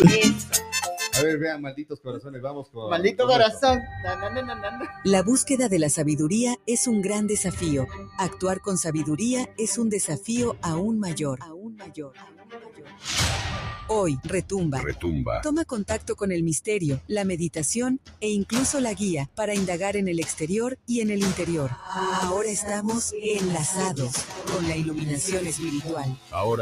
Eso. A ver, vean, malditos corazones, vamos con... Maldito con corazón. Na, na, na, na, na. La búsqueda de la sabiduría es un gran desafío. Actuar con sabiduría es un desafío aún mayor. Hoy, Retumba. Toma contacto con el misterio, la meditación e incluso la guía para indagar en el exterior y en el interior. Ahora estamos enlazados con la iluminación espiritual.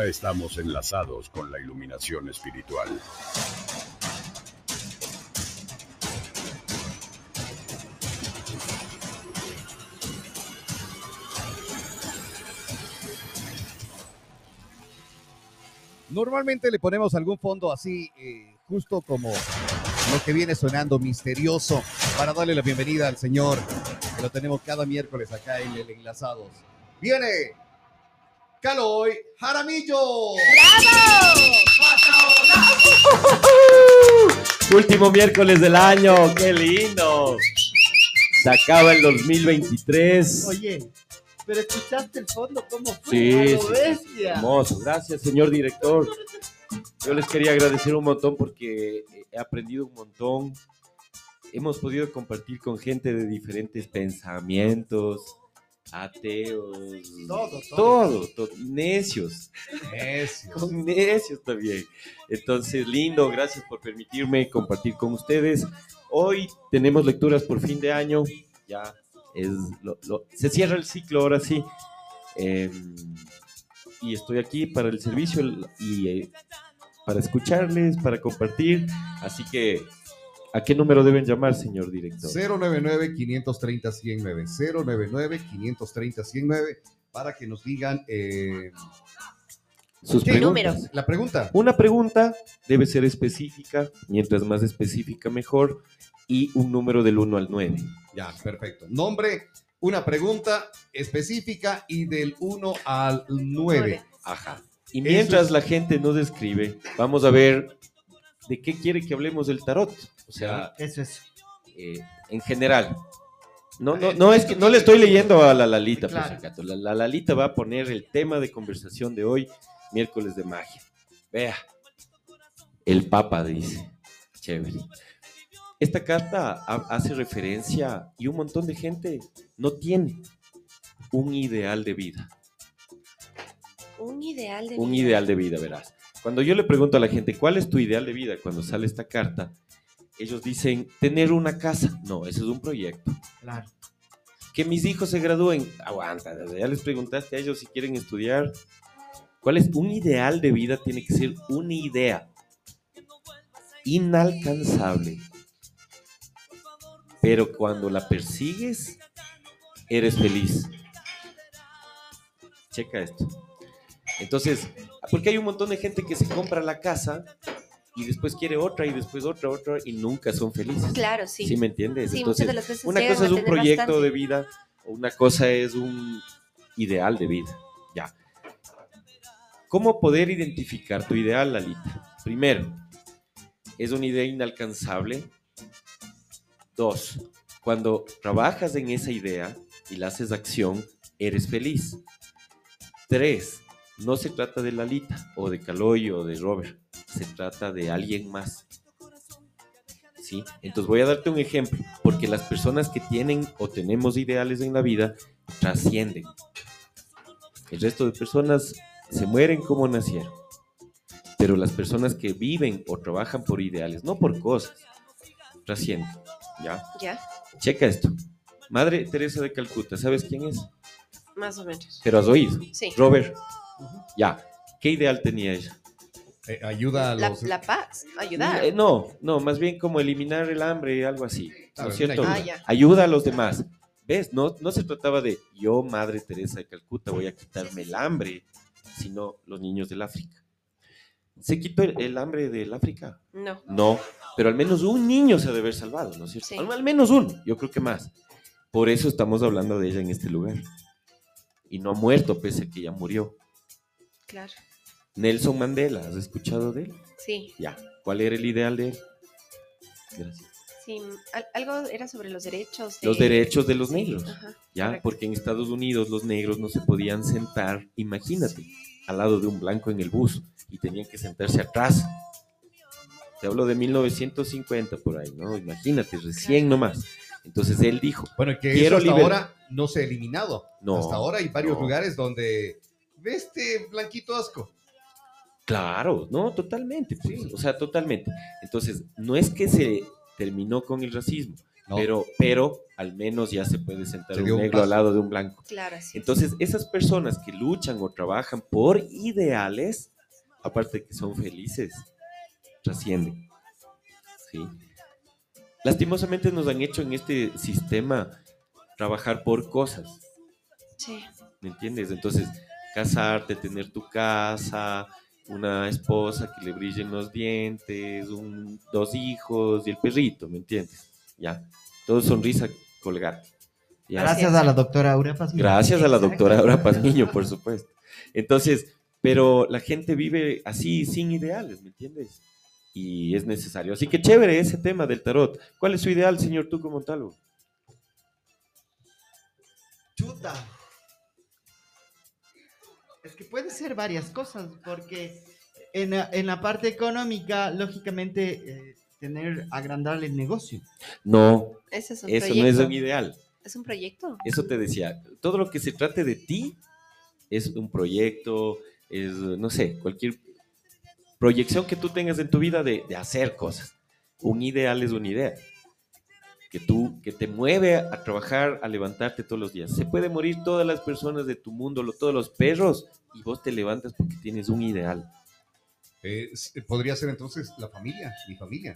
Normalmente le ponemos algún fondo así, justo como lo que viene sonando misterioso, para darle la bienvenida al señor, que lo tenemos cada miércoles acá en el Enlazados. Viene Caloy Jaramillo. Último miércoles del año, qué lindo. Se acaba el 2023. Oye, pero escuchaste el fondo, ¿cómo fue? Sí, ¡A lo bestia! hermoso. Gracias, señor director. Yo les quería agradecer un montón porque he aprendido un montón. Hemos podido compartir con gente de diferentes pensamientos, ateos, todo, necios. Con necios también. Entonces, lindo, gracias por permitirme compartir con ustedes. Hoy tenemos lecturas por fin de año, ya es se cierra el ciclo ahora sí. Y estoy aquí para el servicio y para escucharles, para compartir. Así que, ¿a qué número deben llamar, señor director? 099-530-109. 099-530-109 para que nos digan sus preguntas. La pregunta. Una pregunta debe ser específica, mientras más específica mejor, y un número del 1 al 9. Ya, perfecto. Nombre, una pregunta específica y del 1 al 9. Ajá. Y mientras la gente nos escribe, vamos a ver de qué quiere que hablemos del tarot. O sea, eso es. En general. No es que no le estoy leyendo a la Lalita, Claro. por si acaso. La Lalita va a poner el tema de conversación de hoy, miércoles de magia. Vea, el Papa dice, chévere. Esta carta hace referencia y un montón de gente no tiene un ideal de vida. Un ideal de vida. Un ideal de vida, verás. Cuando yo le pregunto a la gente, ¿cuál es tu ideal de vida? Cuando sale esta carta, ellos dicen, tener una casa. No, ese es un proyecto. Claro. Que mis hijos se gradúen. Aguanta, ya les preguntaste a ellos si quieren estudiar. ¿Cuál es un ideal de vida? Tiene que ser una idea inalcanzable. Pero cuando la persigues, eres feliz. Checa esto. Entonces, porque hay un montón de gente que se compra la casa y después quiere otra y después otra y nunca son felices. Claro, sí. ¿Sí me entiendes? Sí, Entonces, muchas de las veces una llegan cosa a es un tener proyecto bastante. de vida, una cosa es un ideal de vida. Ya. ¿Cómo poder identificar tu ideal, Lalita? Primero, ¿es una idea inalcanzable? 2, cuando trabajas en esa idea y la haces acción, eres feliz. 3, no se trata de Lalita o de Caloy o de Robert, se trata de alguien más. ¿Sí? Entonces voy a darte un ejemplo, porque las personas que tienen o tenemos ideales en la vida trascienden. El resto de personas se mueren como nacieron. Pero las personas que viven o trabajan por ideales, no por cosas, trascienden. ¿Ya? Ya, Checa esto. Madre Teresa de Calcuta, ¿sabes quién es? más o menos. Pero has oído. Sí. Robert. Ya. ¿Qué ideal tenía ella? Ayuda a los... La paz, ayudar. No, más bien como eliminar el hambre, algo así. ¿No es cierto? ayuda. Ah, ya. Ayuda a los demás. ¿Ves? No se trataba de yo, Madre Teresa de Calcuta, voy a quitarme el hambre, sino los niños del África. ¿Se quitó el hambre del África? No. No, pero al menos un niño se ha de haber salvado, ¿no es cierto? Sí. Al menos uno, yo creo que más. Por eso estamos hablando de ella en este lugar. Y no ha muerto pese a que ya murió. Claro. Nelson Mandela, ¿has escuchado de él? Sí. Ya. ¿Cuál era el ideal de él? Gracias. Sí, algo era sobre los derechos Los derechos de los sí, negros. ajá, ¿Ya? correcto. Porque en Estados Unidos los negros no se podían sentar, imagínate, al lado de un blanco en el bus y tenían que sentarse atrás. Te hablo de 1950 por ahí, ¿no? Imagínate, recién nomás. Entonces él dijo, Bueno, que quiero eso hasta liber- ahora no se ha eliminado. No, Hasta ahora hay varios no. lugares donde ve este blanquito asco. claro, no, totalmente, pues, Sí. o sea, totalmente. Entonces, no es que se terminó con el racismo, No. pero al menos ya se puede sentar Se un dio un negro al paso. lado de un blanco. Claro, así es. Entonces, esas personas que luchan o trabajan por ideales, aparte de que son felices, trascienden. ¿Sí? Lastimosamente nos han hecho en este sistema trabajar por cosas, Sí. ¿me entiendes? Entonces, casarte, tener tu casa, una esposa que le brillen los dientes, dos hijos y el perrito, ¿me entiendes? Ya, todo sonrisa, colgar. ¿Ya? Gracias a la doctora Aura Pazmiño. Gracias a la Exacto. doctora Aura Pazmiño, por supuesto. Entonces, pero la gente vive así, sin ideales, ¿me entiendes? Y es necesario. Así que chévere ese tema del tarot. ¿Cuál es su ideal, señor Tuco Montalvo? Chuta. Es que puede ser varias cosas, porque en la parte económica, lógicamente, agrandar el negocio. No, Ese es un eso proyecto. no es un ideal. Es un proyecto. Eso te decía. Todo lo que se trate de ti es un proyecto, es, no sé, cualquier proyección que tú tengas en tu vida de hacer cosas. Un ideal es una idea. Que te mueve a trabajar, a levantarte todos los días. Se puede morir todas las personas de tu mundo, todos los perros, y vos te levantas porque tienes un ideal. Podría ser entonces la familia, mi familia.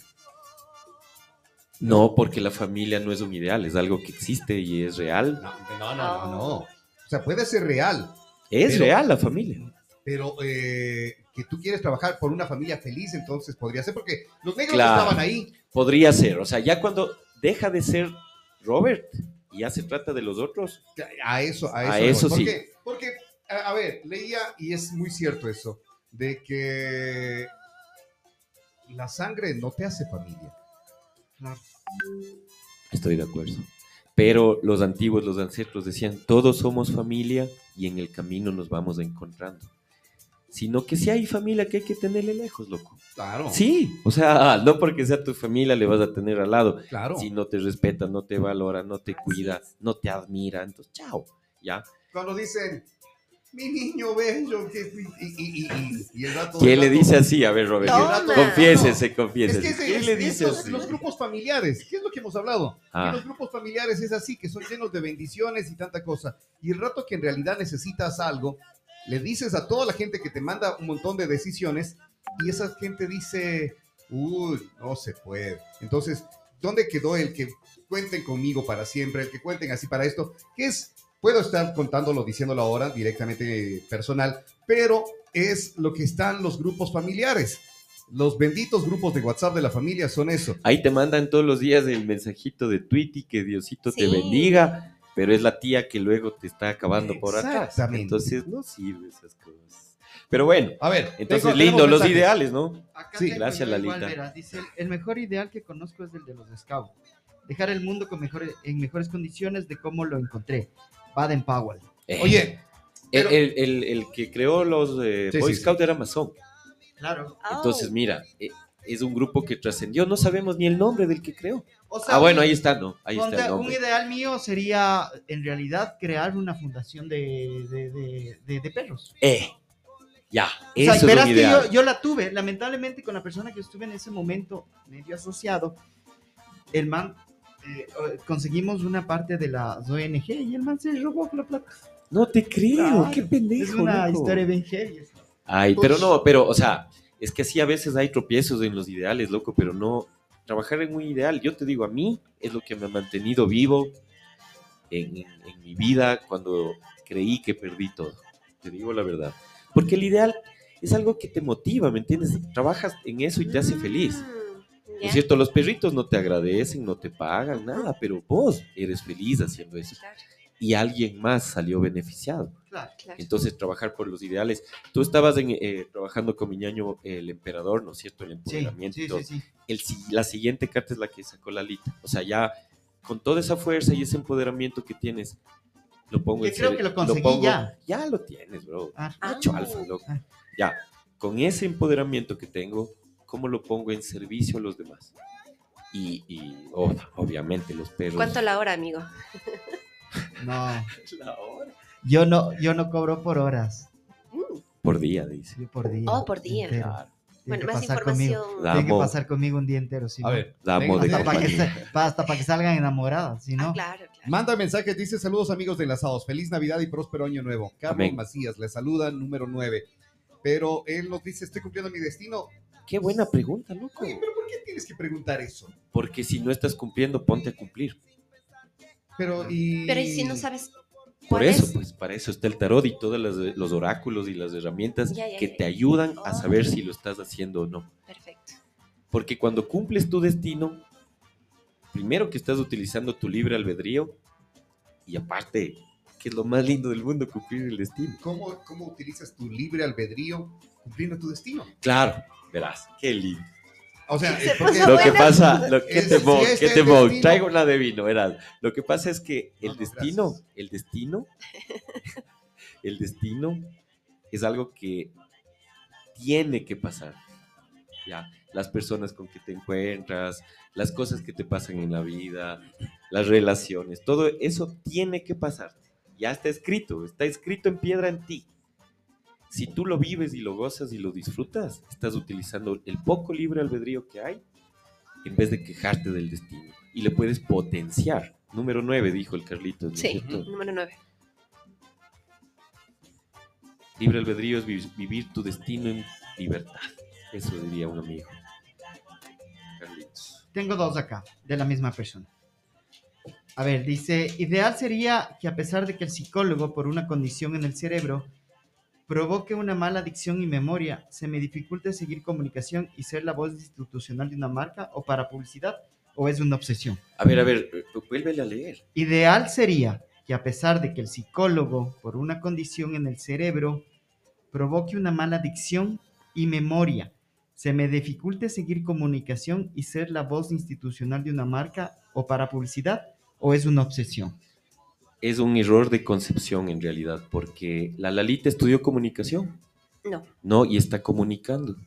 No, porque la familia no es un ideal, es algo que existe y es real. No. O sea, puede ser real, Es pero- real la familia. pero que tú quieres trabajar por una familia feliz, entonces podría ser, porque los negros Claro. estaban ahí. Podría ser, o sea, ya cuando deja de ser Robert y ya se trata de los otros. A eso eso voy. sí. Porque, a ver, leía, y es muy cierto eso, de que la sangre no te hace familia. Estoy de acuerdo. Pero los antiguos, los ancestros decían, todos somos familia y en el camino nos vamos encontrando. Sino que si hay familia que hay que tenerle lejos, loco. Claro. Sí, o sea, no porque sea tu familia le vas a tener al lado. Claro. Si no te respeta, no te valora, no te Así cuida, es. no te admira, entonces chao, ¿ya? Cuando dicen, mi niño bello, y el rato... ¿Quién el le rato- dice así? A ver, Robert, Toma. confiésese, Es confiésese. que ¿Quién le dice así? los grupos familiares, ¿qué es lo que hemos hablado? Ah. Que los grupos familiares es así, que son llenos de bendiciones y tanta cosa. Y el rato que en realidad necesitas algo, le dices a toda la gente que te manda un montón de decisiones y esa gente dice, uy, no se puede. Entonces, ¿dónde quedó el que cuenten conmigo para siempre, el que cuenten así para esto? Que es, puedo estar contándolo, diciéndolo ahora directamente personal, pero es lo que están los grupos familiares. Los benditos grupos de WhatsApp de la familia son eso. Ahí te mandan todos los días el mensajito de Tweety que Diosito te Sí. bendiga, pero es la tía que luego te está acabando por atrás. Exactamente. Entonces no sirve esas cosas. Pero bueno, A ver, entonces tenemos lindo, los mensajes. ideales, ¿no? Acá Sí, tengo gracias, yo igual, Lalita. verás, dice, el mejor ideal que conozco es el de los Scouts. Dejar el mundo en mejores condiciones de cómo lo encontré. Baden Powell. Oye, pero- el que creó los Sí, Boy sí, Scouts era masón. Claro. Entonces, mira, es un grupo que trascendió. No sabemos ni el nombre del que creó. O sea, Ah, bueno, ahí está, ¿no? Ahí está el un nombre. ideal mío sería, en realidad, crear una fundación de perros. Ya, O eso sea, es verás un que ideal. yo la tuve, lamentablemente con la persona que estuve en ese momento medio asociado, el man, conseguimos una parte de las ONG y el man se robó la plata. No te creo, Claro, qué pendejo. Es una loco. historia bien heavy. Ay, pero no, o sea, es que sí a veces hay tropiezos en los ideales, loco, pero no, trabajar en un ideal, yo te digo, a mí es lo que me ha mantenido vivo en mi vida cuando creí que perdí todo, te digo la verdad. Porque el ideal es algo que te motiva, ¿me entiendes? Trabajas en eso y te hace feliz. ¿No Ya. es cierto? Los perritos no te agradecen, no te pagan, nada, pero vos eres feliz haciendo eso. Claro, Y alguien más salió beneficiado. Claro. claro. Entonces, trabajar por los ideales. Tú estabas trabajando con mi ñaño, el emperador, ¿no es cierto? El Sí, empoderamiento. y sí, todo. sí, sí. La siguiente carta es la que sacó Lalita. O sea, ya con toda esa fuerza y ese empoderamiento que tienes, lo pongo Que en creo serio, que lo conseguí ya. Ya lo tienes, bro. Ah. Macho alfa, loco. Ah. Ya, con ese empoderamiento que tengo, cómo lo pongo en servicio a los demás. Obviamente los perros. ¿Cuánto la hora, amigo? No, La hora. yo no cobro por horas, Por día, dice. yo por día. Oh, por día. entero. Claro. Tiene Bueno, que más pasar conmigo. información. La- Tiene que Amo. pasar conmigo un día entero, si A no. ver, Damos de venga, Hasta para que, compañía. hasta para que salgan enamoradas, si no. Ah, claro, claro. manda mensajes, dice saludos amigos de Enlazados, feliz Navidad y próspero año nuevo. Carlos Amén. Macías le saluda, número 9. Pero él nos dice, estoy cumpliendo mi destino. Qué buena pregunta, loco. Oye, pero ¿por qué tienes que preguntar eso? Porque si no estás cumpliendo, ponte a cumplir. Pero y ¿y si no sabes Por cuál eso, es? pues para eso está el tarot y todos los oráculos y las herramientas Ya, ya, que ya. te ayudan a Oh. saber si lo estás haciendo o no. Perfecto. Porque cuando cumples tu destino, primero que estás utilizando tu libre albedrío y aparte, que es lo más lindo del mundo, cumplir el destino. ¿Cómo utilizas tu libre albedrío cumpliendo tu destino? Claro, verás, qué lindo. O sea, Se porque- puso Lo que buena. pasa, Es- ¿qué si es te el voy? destino. Traigo una de vino, verás. Lo que pasa es que No, no, el destino es algo que tiene que pasar. Ya, las personas con que te encuentras, las cosas que te pasan en la vida, las relaciones, todo eso tiene que pasar. Ya está escrito en piedra en ti. Si tú lo vives y lo gozas y lo disfrutas, estás utilizando el poco libre albedrío que hay en vez de quejarte del destino. Y le puedes potenciar. Número 9, dijo el Carlitos, ¿no es Sí, cierto? número 9. Libre albedrío es vivir tu destino en libertad. Eso diría un amigo. Carlitos. Tengo dos acá, de la misma persona. A ver, dice, ideal sería que a pesar de que el psicólogo, por una condición en el cerebro, provoque una mala adicción y memoria, se me dificulte seguir comunicación y ser la voz institucional de una marca o para publicidad, o es una obsesión. A ver, vuélvele a leer. Ideal sería que a pesar de que el psicólogo, por una condición en el cerebro, provoque una mala adicción y memoria, se me dificulte seguir comunicación y ser la voz institucional de una marca o para publicidad, o es una obsesión. Es un error de concepción en realidad, porque la Lalita estudió comunicación, No. ¿no? Y está comunicando.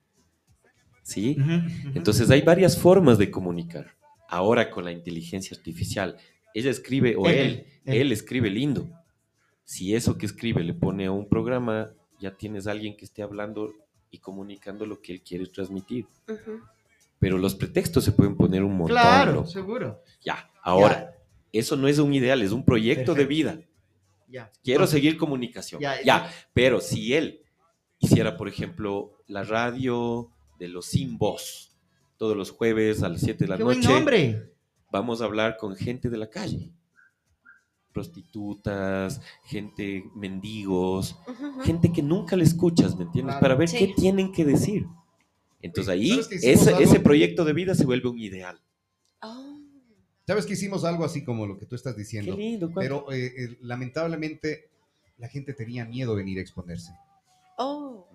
¿Sí? Ujú, ujú. Entonces hay varias formas de comunicar. Ahora con la inteligencia artificial, ella escribe, o él escribe lindo. Si eso que escribe le pone a un programa, ya tienes a alguien que esté hablando y comunicando lo que él quiere transmitir. Ujú. Pero los pretextos se pueden poner un montón. Claro, loco. seguro. Ya, ahora, eso no es un ideal, es un proyecto de Perfecto. vida. Ya. Quiero Entonces, seguir comunicación. Ya, Ya, pero si él hiciera, por ejemplo, la radio de los sin voz, todos los jueves a las 7 de la ¡Qué buen noche, nombre! vamos a hablar con gente de la calle. Prostitutas, gente, mendigos, Ujú, ujú. gente que nunca le escuchas, ¿me entiendes? Claro. Para ver Sí. qué tienen que decir. Entonces ahí, ¿Sabes que hicimos algo? ese proyecto de vida se vuelve un ideal. Oh, ¿Sabes que hicimos algo así como lo que tú estás Qué diciendo? lindo. ¿cuánto? Pero lamentablemente la gente tenía miedo de venir a exponerse. oh,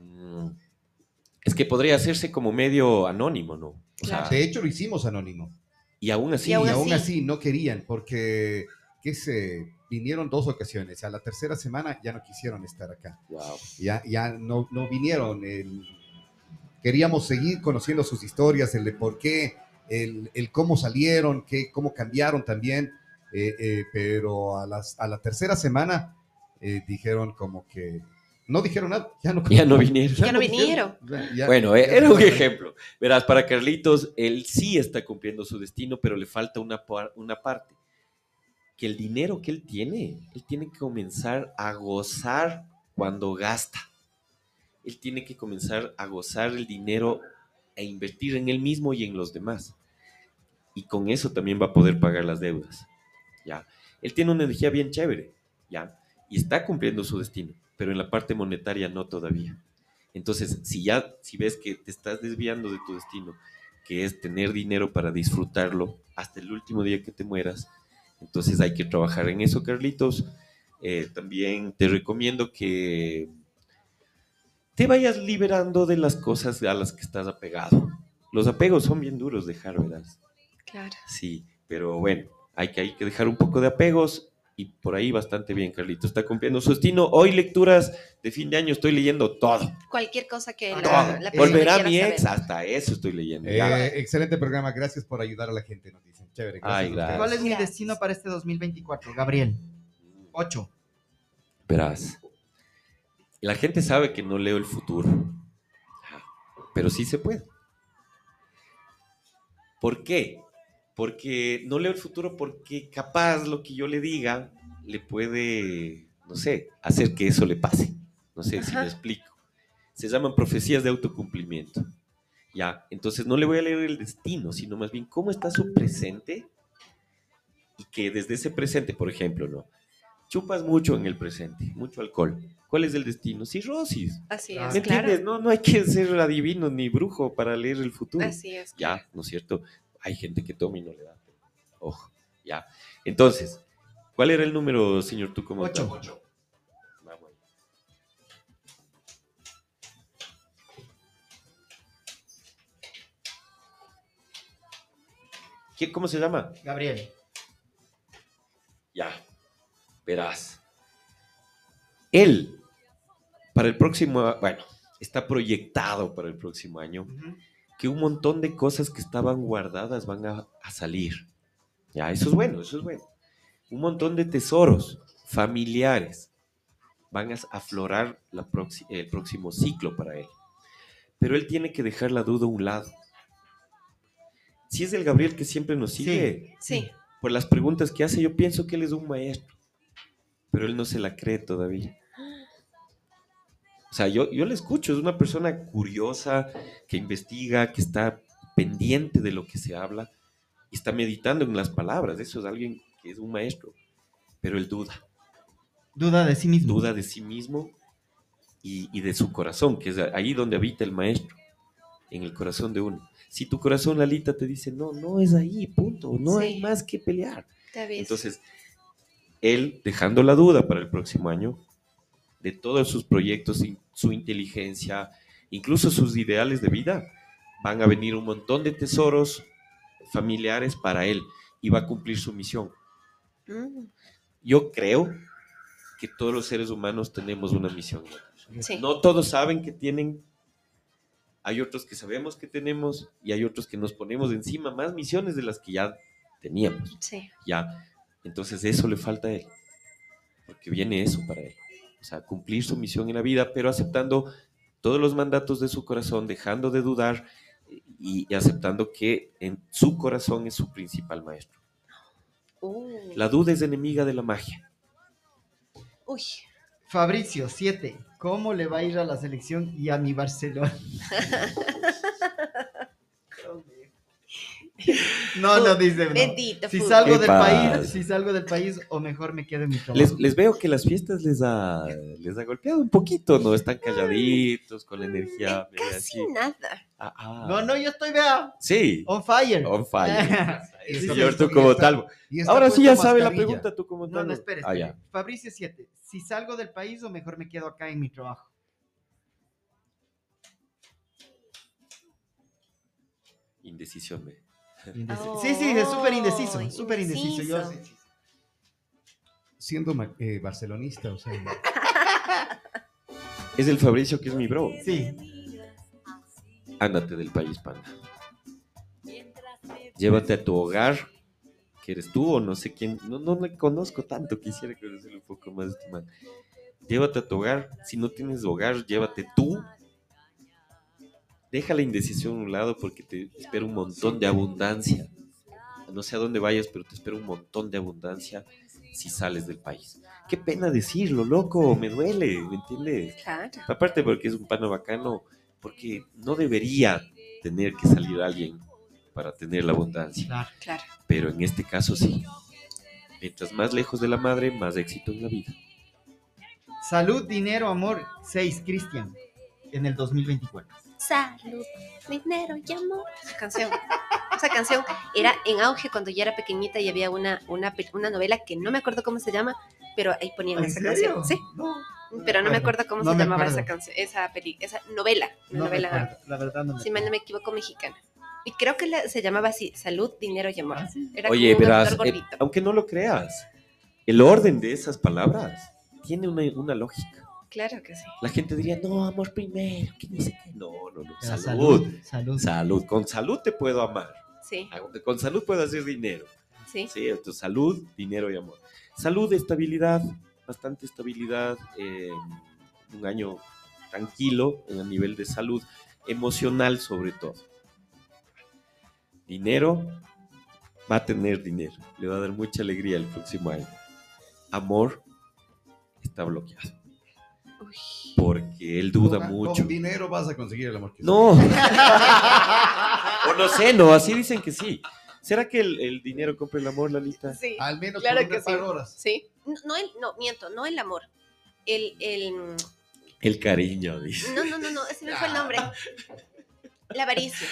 Es que podría hacerse como medio anónimo, ¿no? O sea, Claro. De hecho, lo hicimos anónimo. y aún así, Y aún Y aún así. así no querían porque vinieron 2 ocasiones. A la tercera semana ya no quisieron estar acá. wow. Ya no vinieron. Queríamos seguir conociendo sus historias, el de por qué, el cómo salieron, cómo cambiaron también. Pero a la tercera semana dijeron como que no dijeron nada. Ya no vinieron. Ya no vinieron. Bueno, ya era no un vinieron. ejemplo. Verás, para Carlitos, él sí está cumpliendo su destino, pero le falta una parte. Que el dinero que él tiene que comenzar a gozar cuando gasta. Él tiene que comenzar a gozar el dinero e invertir en él mismo y en los demás. Y con eso también va a poder pagar las deudas. ¿Ya? Él tiene una energía bien chévere, ¿ya? Y está cumpliendo su destino, pero en la parte monetaria no todavía. Entonces, si ves que te estás desviando de tu destino, que es tener dinero para disfrutarlo hasta el último día que te mueras, entonces hay que trabajar en eso, Carlitos. También te recomiendo que te vayas liberando de las cosas a las que estás apegado. Los apegos son bien duros de dejar, ¿verdad? claro. Sí, pero bueno, hay que dejar un poco de apegos Y por ahí bastante bien, Carlito. Está cumpliendo su destino. Hoy lecturas de fin de año, estoy leyendo todo. Cualquier cosa que Todo. la persona Volverá quiera mi saber. ex, hasta eso estoy leyendo. Ya. Excelente programa, gracias por ayudar a la gente, nos dicen. Chévere, gracias. Ay, a ustedes. gracias. ¿Cuál es mi Gracias. destino para este 2024? Gabriel. 8. Verás. La gente sabe que no leo el futuro. Pero sí se puede. ¿Por qué? Porque no leo el futuro porque capaz lo que yo le diga le puede, no sé, hacer que eso le pase. No sé si me Ajá. explico. Se llaman profecías de autocumplimiento. Ya, entonces no le voy a leer el destino, sino más bien cómo está su presente y que desde ese presente, por ejemplo, ¿no? Chupas mucho en el presente, mucho alcohol. ¿Cuál es el destino? Cirrosis. Así ¿Me es, ¿Me entiendes? claro. No hay que ser adivino ni brujo para leer el futuro. Así es. Ya, ¿no es cierto? Hay gente que toma y no le da. Ojo, ya. Entonces, ¿cuál era el número, señor Tuco? 8. Vamos. ¿Cómo se llama? Gabriel. Ya, verás. Él, para el próximo, bueno, está proyectado para el próximo año que un montón de cosas que estaban guardadas van a salir. Ya, eso es bueno, eso es bueno. Un montón de tesoros familiares van a aflorar el próximo ciclo para él. Pero él tiene que dejar la duda a un lado. Si es el Gabriel que siempre nos sigue, Sí. por las preguntas que hace, yo pienso que él es un maestro, pero él no se la cree todavía. O sea, yo le escucho, es una persona curiosa, que investiga, que está pendiente de lo que se habla y está meditando en las palabras. Eso es alguien que es un maestro, pero él duda. Duda de sí mismo. Duda de sí mismo y de su corazón, que es ahí donde habita el maestro, en el corazón de uno. Si tu corazón, Lalita, te dice, no, no es ahí, punto, no Sí. hay más que pelear. Te aviso. Entonces, él, dejando la duda para el próximo año, de todos sus proyectos, su inteligencia, incluso sus ideales de vida, van a venir un montón de tesoros familiares para él y va a cumplir su misión. Mm, Yo creo que todos los seres humanos tenemos una misión. sí. No todos saben que tienen, hay otros que sabemos que tenemos y hay otros que nos ponemos encima más misiones de las que ya teníamos. Sí. Ya, entonces eso le falta a él, porque viene eso para él. O sea, cumplir su misión en la vida, pero aceptando todos los mandatos de su corazón, dejando de dudar y aceptando que en su corazón es su principal maestro. La duda es enemiga de la magia. Uy. Fabricio, 7. ¿Cómo le va a ir a la selección y a mi Barcelona? No, dice. No. Bendito Si fútbol. salgo ¿Qué del pasa? país, si salgo del país, o mejor me quedo en mi trabajo. Les veo que las fiestas les ha golpeado un poquito, ¿no? Están calladitos, con la energía media Casi así. nada. No, yo estoy, vea, Sí, on fire. on fire. Sí, Señor, sí, tú como está- tal. y está Ahora sí puesta ya sabe la mascarilla. pregunta, tú como tal. No, espere. Ya. Fabricio, 7. Si salgo del país, o mejor me quedo acá en mi trabajo. Indecisión, ve. Sí, es súper indeciso, Oh, súper indeciso. Yo, indeciso. sí. Siendo barcelonista, o sea, Es el Fabricio que es mi bro. Sí. Ándate del país, panda. Llévate a tu hogar, que eres tú o no sé quién. No le conozco tanto, quisiera conocerle un poco más de este man. Llévate a tu hogar. Si no tienes hogar, llévate tú. Deja la indecisión a un lado porque te espera un montón de abundancia. No sé a dónde vayas, pero te espera un montón de abundancia si sales del país. Qué pena decirlo, loco, me duele, ¿me entiendes? Claro. Aparte porque es un pano bacano, porque no debería tener que salir alguien para tener la abundancia, Claro. Claro. pero en este caso sí. Mientras más lejos de la madre, más éxito en la vida. Salud, dinero, amor. 6, Cristian. En el 2024. Salud, dinero y amor. Esa canción era en auge cuando yo era pequeñita y había una novela que no me acuerdo cómo se llama, pero ahí ponían ¿En esa serio? canción. Sí, No, pero no me acuerdo cómo No se me llamaba acuerdo. esa canción, esa novela, una no me novela, acuerdo. La verdad no me si mal no me equivoco, mexicana. Y creo que se llamaba así, Salud, dinero y amor. Ah, sí. Era Oye, como un verás, actor gordito. aunque no lo creas, el orden de esas palabras tiene una lógica. Claro que sí. La gente diría, no, amor primero, que ni sé qué. No. Pero Salud. Salud. Con salud te puedo amar. Sí, Con salud puedo hacer dinero. sí. Sí, tu salud, dinero y amor. Salud, estabilidad, bastante estabilidad. Un año tranquilo a nivel de salud, emocional sobre todo. Dinero, va a tener dinero. Le va a dar mucha alegría el próximo año. Amor, está bloqueado. Uy. Porque él duda Con mucho. dinero vas a conseguir el amor que No. O no sé, no, así dicen que sí. ¿Será que el dinero compra el amor, Lalita? Sí, al menos claro por que unas sí. par horas. Sí. No, miento, no el amor. El El cariño, dice. no, ese no fue el nombre. La avaricia.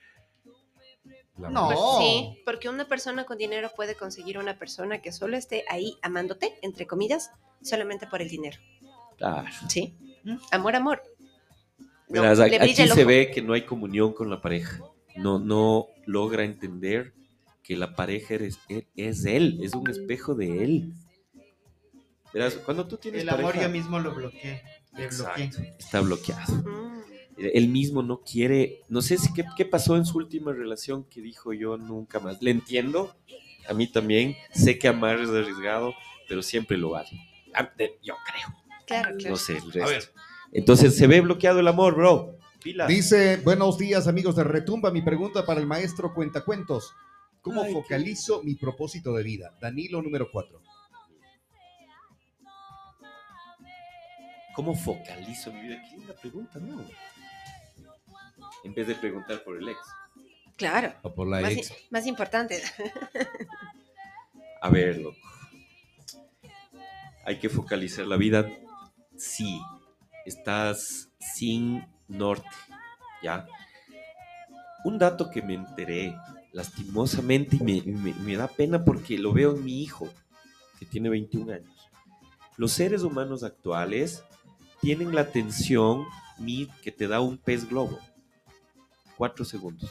No. Sí, porque una persona con dinero puede conseguir una persona que solo esté ahí amándote, entre comillas, solamente por el dinero. Claro. Sí. Amor. No, Verás, le brilla aquí el se ojo. ve que no hay comunión con la pareja. No logra entender que la pareja es él, es un espejo de él. Verás, cuando tú tienes El pareja, amor yo mismo lo bloqueé. Le bloqueé. exacto, está bloqueado. Mm, Él mismo no quiere, no sé si qué pasó en su última relación que dijo yo nunca más. Le entiendo, a mí también, sé que amar es arriesgado, pero siempre lo vale. Yo creo, claro. no sé el resto. A ver. Entonces se ve bloqueado el amor, bro. Pila. Dice, buenos días amigos de Retumba, mi pregunta para el maestro Cuentacuentos. ¿Cómo Ay, focalizo mi propósito de vida? Danilo número 4. ¿Cómo focalizo mi vida? Qué linda pregunta, ¿no? En vez de preguntar por el ex. Claro. O por la ex. Más importante. A ver, loco. Hay que focalizar la vida si estás sin norte, ¿ya? Un dato que me enteré lastimosamente y me da pena porque lo veo en mi hijo, que tiene 21 años. Los seres humanos actuales tienen la atención que te da un pez globo. 4 segundos.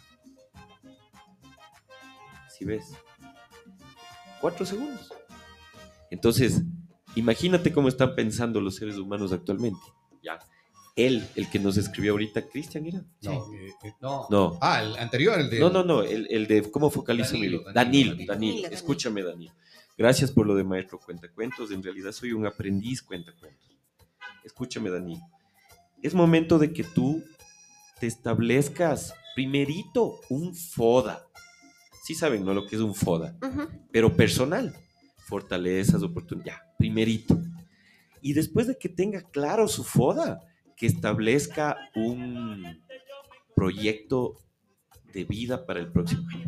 ¿Sí ves? 4 segundos. Entonces, imagínate cómo están pensando los seres humanos actualmente. Ya. Él, el que nos escribió ahorita, Cristian, ¿era? No, no. No. Ah, el anterior, el de... No, el de cómo focalizo mi vida. Danilo. Danilo. Escúchame, Danilo. Gracias por lo de maestro cuentacuentos. En realidad soy un aprendiz cuentacuentos. Escúchame, Danilo. Es momento de que tú te establezcas primerito un FODA. Sí saben, ¿no? Lo que es un FODA. Ujú. Pero personal. Fortalezas, oportunidades. Ya, primerito. Y después de que tenga claro su FODA, que establezca un proyecto de vida para el próximo año.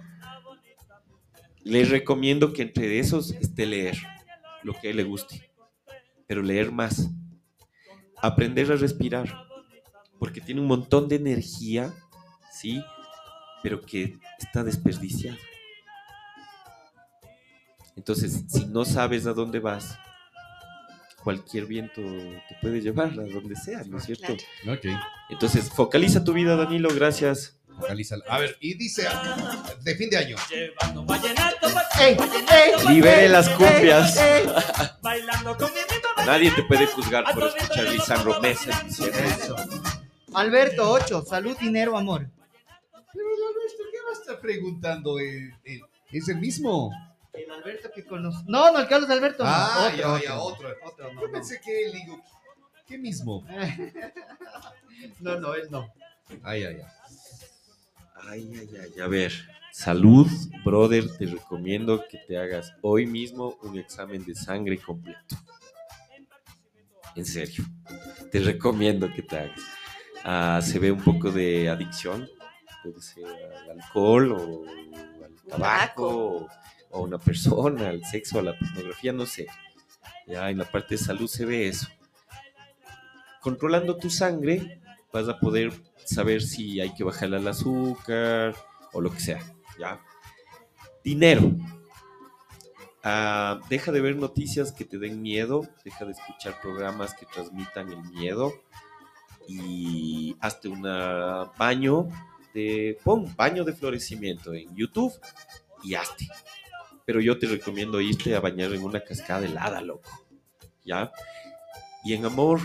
Les recomiendo que entre esos esté leer lo que a él le guste, pero leer más, aprender a respirar, porque tiene un montón de energía, ¿sí? Pero que está desperdiciada. Entonces, si no sabes a dónde vas, cualquier viento te puede llevar a donde sea, ¿no es cierto? Claro. Ok. Entonces, focaliza tu vida, Danilo, gracias. Focalízalo. A ver, y dice, de fin de año. Libere las cumbias. Nadie te puede juzgar por escuchar Lisandro Mesa diciendo Eso. Alberto 8, salud, dinero, amor. Pero Alberto, ¿qué va a estar preguntando? ¿Es el mismo? El Alberto que conoce. No, el Carlos Alberto. No. Ah, Otro. otro. No, Yo pensé que él, digo, ¿qué mismo? No, él no. Ay. A ver, salud, brother, te recomiendo que te hagas hoy mismo un examen de sangre completo. En serio, te recomiendo que te hagas. Se ve un poco de adicción, puede ser al alcohol o al tabaco o a una persona, al sexo, a la pornografía, no sé. Ya en la parte de salud se ve eso. Controlando tu sangre vas a poder saber si hay que bajarle al azúcar o lo que sea, ¿ya? Dinero. Deja de ver noticias que te den miedo, deja de escuchar programas que transmitan el miedo y hazte pon baño de florecimiento en YouTube y hazte. pero yo te recomiendo irte a bañar en una cascada helada, loco, ¿ya? Y en amor,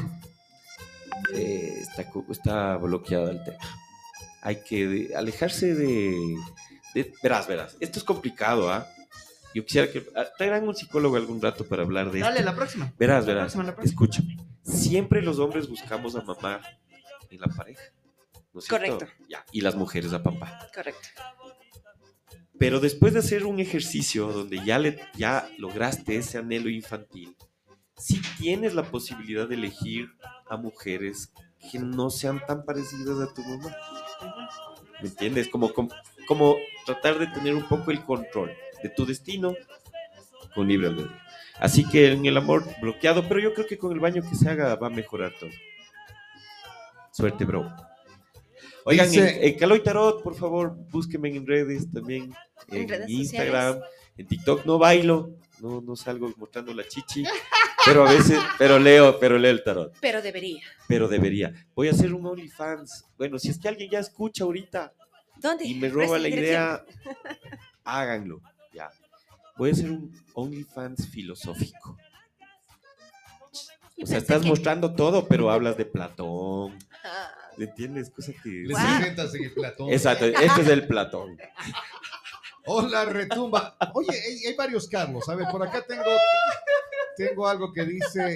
está bloqueado el tema. Hay que alejarse verás, esto es complicado, ¿ah? Yo quisiera que traigan un psicólogo algún rato para hablar de Dale, esto. la próxima. Verás, La próxima. escúchame. Siempre los hombres buscamos a mamá en la pareja, ¿no es cierto? Correcto. Ya, y las mujeres a papá. Correcto. Pero después de hacer un ejercicio donde ya lograste ese anhelo infantil, sí tienes la posibilidad de elegir a mujeres que no sean tan parecidas a tu mamá. ¿Me entiendes? Como tratar de tener un poco el control de tu destino con libre albedrío. Así que en el amor bloqueado, pero yo creo que con el baño que se haga va a mejorar todo. Suerte, bro. Oigan, en Caloy Tarot, por favor, búsquenme en redes también, en redes Instagram, sociales. en TikTok. No bailo, no salgo mostrando la chichi, pero a veces, pero leo el tarot. Pero debería. Pero debería. Voy a hacer un OnlyFans. Bueno, si es que alguien ya escucha ahorita ¿Dónde? y me roba la Dirección. idea, háganlo, ya. Voy a hacer un OnlyFans filosófico. Y O sea, pensé estás que- mostrando todo, pero hablas de Platón. Ah, ¿Me entiendes? Cosa que... Les Guau. presentas en el Platón. Exacto, este es el Platón. Hola, retumba. Oye, hay varios Carlos. A ver, por acá tengo algo que dice.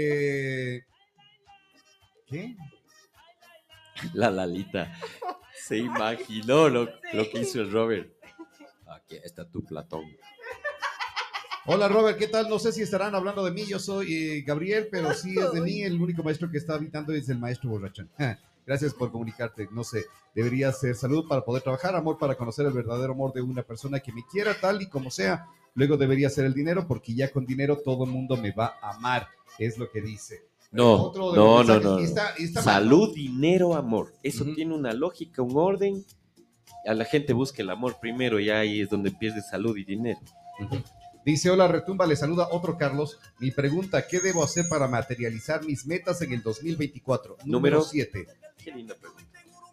¿Qué? La Lalita se imaginó lo que hizo el Robert. Aquí está tu Platón. Hola, Robert, ¿qué tal? No sé si estarán hablando de mí. Yo soy Gabriel, pero sí es de mí. El único maestro que está habitando es el maestro borrachón. Gracias por comunicarte. No sé, debería ser salud para poder trabajar, amor para conocer el verdadero amor de una persona que me quiera tal y como sea. Luego debería ser el dinero, porque ya con dinero todo el mundo me va a amar. Es lo que dice. No, Otro de los no. mensajes, y está mal, Salud, dinero, amor. Eso Ujú. tiene una lógica, un orden. A la gente busca el amor primero y ahí es donde pierde salud y dinero. Ujú. Dice, hola, retumba, le saluda otro Carlos. Mi pregunta, ¿qué debo hacer para materializar mis metas en el 2024? Número 7. Qué linda pregunta.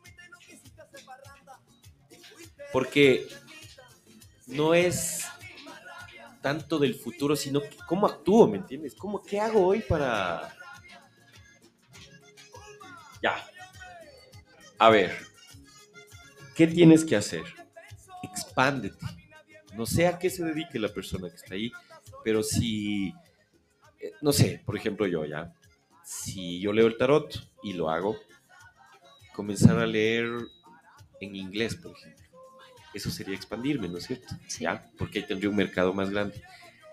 Porque no es tanto del futuro, sino que cómo actúo, ¿me entiendes? ¿Qué hago hoy para...? Ya. A ver. ¿Qué tienes que hacer? Expándete. No sé a qué se dedique la persona que está ahí, pero si... no sé, por ejemplo yo, ¿ya? Si yo leo el tarot y lo hago, comenzar a leer en inglés, por ejemplo. Eso sería expandirme, ¿no es cierto? Sí. ¿Ya? Porque ahí tendría un mercado más grande.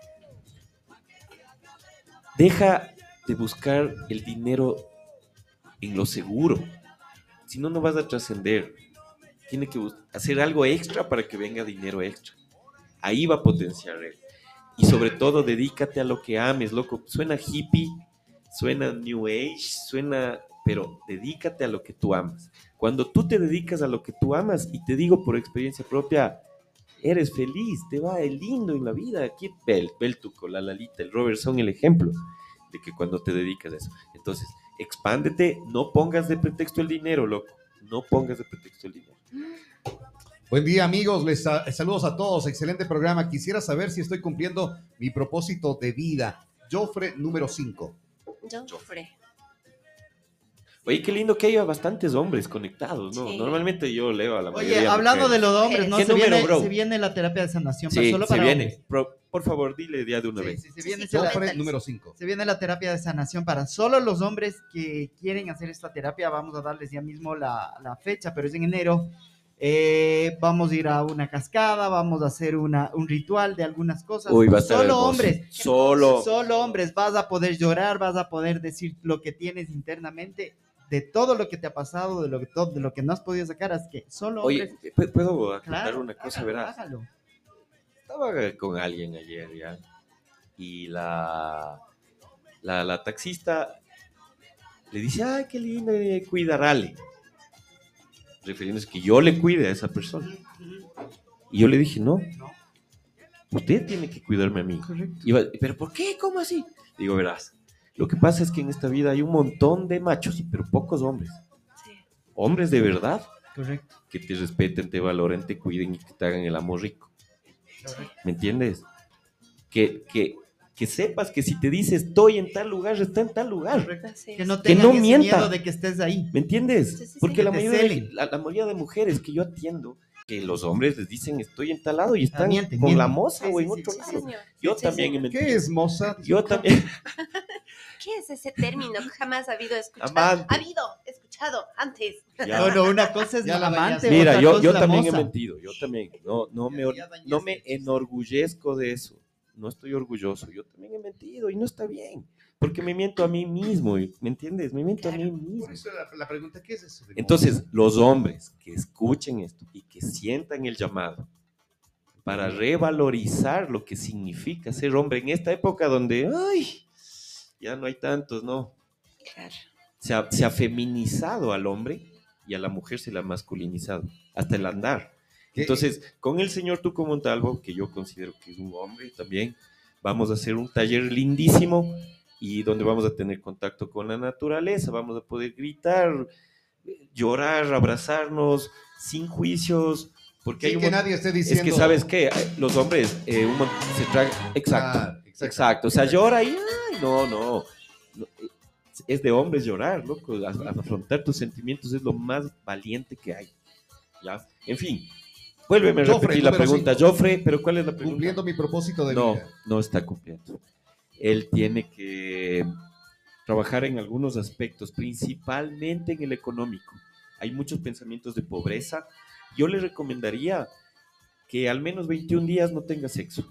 Deja de buscar el dinero en lo seguro. Si no, no vas a trascender. Tiene que hacer algo extra para que venga dinero extra. Ahí va a potenciar él. Y sobre todo, dedícate a lo que ames, loco. Suena hippie, suena new age, pero dedícate a lo que tú amas. Cuando tú te dedicas a lo que tú amas, y te digo por experiencia propia, eres feliz, te va lindo en la vida. Aquí el Tuco, la Lalita, el Robert son el ejemplo de que cuando te dedicas a eso. Entonces, expándete, no pongas de pretexto el dinero, loco. No pongas de pretexto el dinero. Buen día, amigos. Saludos a todos. Excelente programa. Quisiera saber si estoy cumpliendo mi propósito de vida. Jofre, número 5. Jofre. Oye, qué lindo que haya bastantes hombres conectados, ¿no? Sí. Normalmente yo leo a la mayoría. Oye, hablando mujeres. de los hombres, ¿no? ¿Qué número, bro? Se viene la terapia de sanación, Sí, pero solo se para viene. hombres. Por favor, dile ya de una vez. Sí, se viene, Sí, Jofre, número 5. se viene la terapia de sanación para solo los hombres que quieren hacer esta terapia. Vamos a darles ya mismo la fecha, pero es en enero. Vamos a ir a una cascada, vamos a hacer un ritual de algunas cosas. Uy, va a estar solo hermoso. hombres. Solo. Solo hombres, vas a poder llorar, vas a poder decir lo que tienes internamente, de todo lo que te ha pasado, de lo que no has podido sacar, así que solo hombres. Oye, ¿puedo contar Claro, una cosa? hágalo, Verás. hágalo. Estaba con alguien ayer, ¿ya? Y la taxista le dice, ay, qué lindo, cuidarale. Refiriéndose que yo le cuide a esa persona. Y yo le dije, no, usted tiene que cuidarme a mí. Correcto. ¿Pero por qué? ¿Cómo así? Digo, verás, lo que pasa es que en esta vida hay un montón de machos, pero pocos hombres. Sí. Hombres de verdad Correcto. que te respeten, te valoren, te cuiden y que te hagan el amor rico. ¿Me entiendes? Que sepas que si te dice estoy en tal lugar, está en tal lugar. Así Que es. no Que no tengan ese mienta. miedo de que estés ahí. ¿Me entiendes? Sí, sí, sí. Porque Que la te mayoría, celen. la mayoría de mujeres que yo atiendo, que los hombres les dicen estoy en tal lado y están mienten, con la mienten. moza Sí, o sí, en sí, otro sí, Sí, lado. señor. Yo Sí, también he señor. mentido. ¿Qué es moza? Yo también. ¿Qué es ese término que jamás ha habido escuchado? Amante. Ha habido escuchado antes. Ya. No, una cosa es Ya la amante, dañaste. Mira, otra yo, cosa yo es la también he moza. mentido. Yo también. No dañaste me el chiste. enorgullezco de eso. No estoy orgulloso. Yo también he mentido y no está bien. Porque me miento a mí mismo. ¿Me entiendes? Me miento a mí mismo. Por eso la pregunta, ¿qué es eso? de Entonces, moza? los hombres que escuchen esto y que sientan el llamado para revalorizar lo que significa ser hombre en esta época donde, ay, ya no hay tantos, ¿no? Claro. Se ha feminizado al hombre y a la mujer se la ha masculinizado, hasta el andar. ¿Qué? Entonces, con el señor Tuco Montalvo, que yo considero que es un hombre también, vamos a hacer un taller lindísimo y donde vamos a tener contacto con la naturaleza, vamos a poder gritar, llorar, abrazarnos, sin juicios, porque hay Sí, un que mon- nadie esté diciendo. Es que, ¿sabes qué? Los hombres se tragan... Exacto, Claro, exacto. O sea, llora y... Ay, no. Es de hombres llorar, loco. Afrontar tus sentimientos es lo más valiente que hay. ¿Ya? En fin, vuélveme a Joffre, repetir la número pregunta, 5. Joffre, pero ¿cuál es la pregunta? Cumpliendo mi propósito de No, vida. no está cumpliendo. Él tiene que trabajar en algunos aspectos, principalmente en el económico. Hay muchos pensamientos de pobreza. Yo le recomendaría que al menos 21 días no tenga sexo.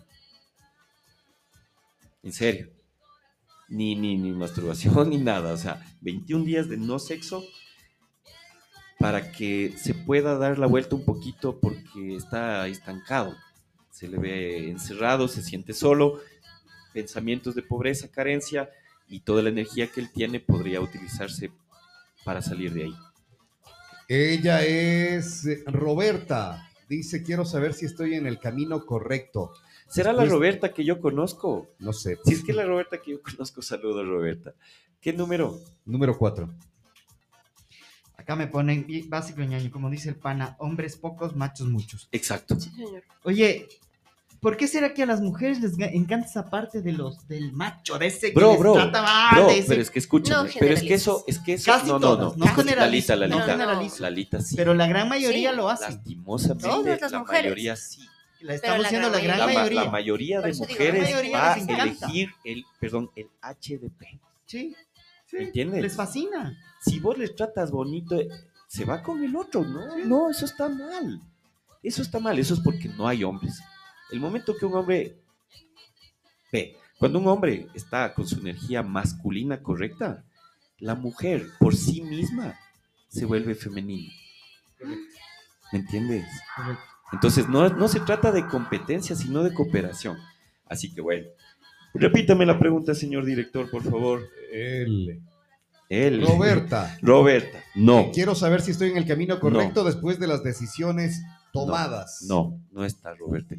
En serio. Ni masturbación, ni nada. O sea, 21 días de no sexo para que se pueda dar la vuelta un poquito porque está estancado. Se le ve encerrado, se siente solo, pensamientos de pobreza, carencia y toda la energía que él tiene podría utilizarse para salir de ahí. Ella es Roberta. Dice, quiero saber si estoy en el camino correcto. ¿Será la Después- Roberta que yo conozco? No sé. Si es que la Roberta que yo conozco, saludo Roberta. ¿Qué número? Número 4. Acá me ponen, básico ñaño, como dice el pana, hombres pocos, machos muchos. Exacto. Sí, señor. Oye, ¿por qué será que a las mujeres les encanta esa parte del macho, de ese que Bro, les bro, trata mal, Bro, de ese- pero es que escúchame, No pero es que eso, Casi no, todas, no Escucha, generalizo, Lalita, no generalizo. Lalita sí. Pero la gran mayoría Sí. lo hace. Lastimosamente, Todas las la mujeres. mayoría sí. La estamos la diciendo gran la gran mayoría. La mayoría. mayoría Por de eso digo, mujeres la mayoría va a les encanta. elegir el HDP. Sí, sí, ¿Me entiendes? les fascina. Si vos les tratas bonito, se va con el otro, ¿no? Sí. No, eso está mal. Eso está mal, eso es porque no hay hombres. El momento que un hombre... Ve, cuando un hombre está con su energía masculina correcta, la mujer por sí misma se vuelve femenina. ¿Me entiendes? Entonces no se trata de competencia, sino de cooperación. Así que bueno, repítame la pregunta, señor director, por favor. Él. Él. Roberta. No. Quiero saber si estoy en el camino correcto después de las decisiones tomadas. No está Roberta.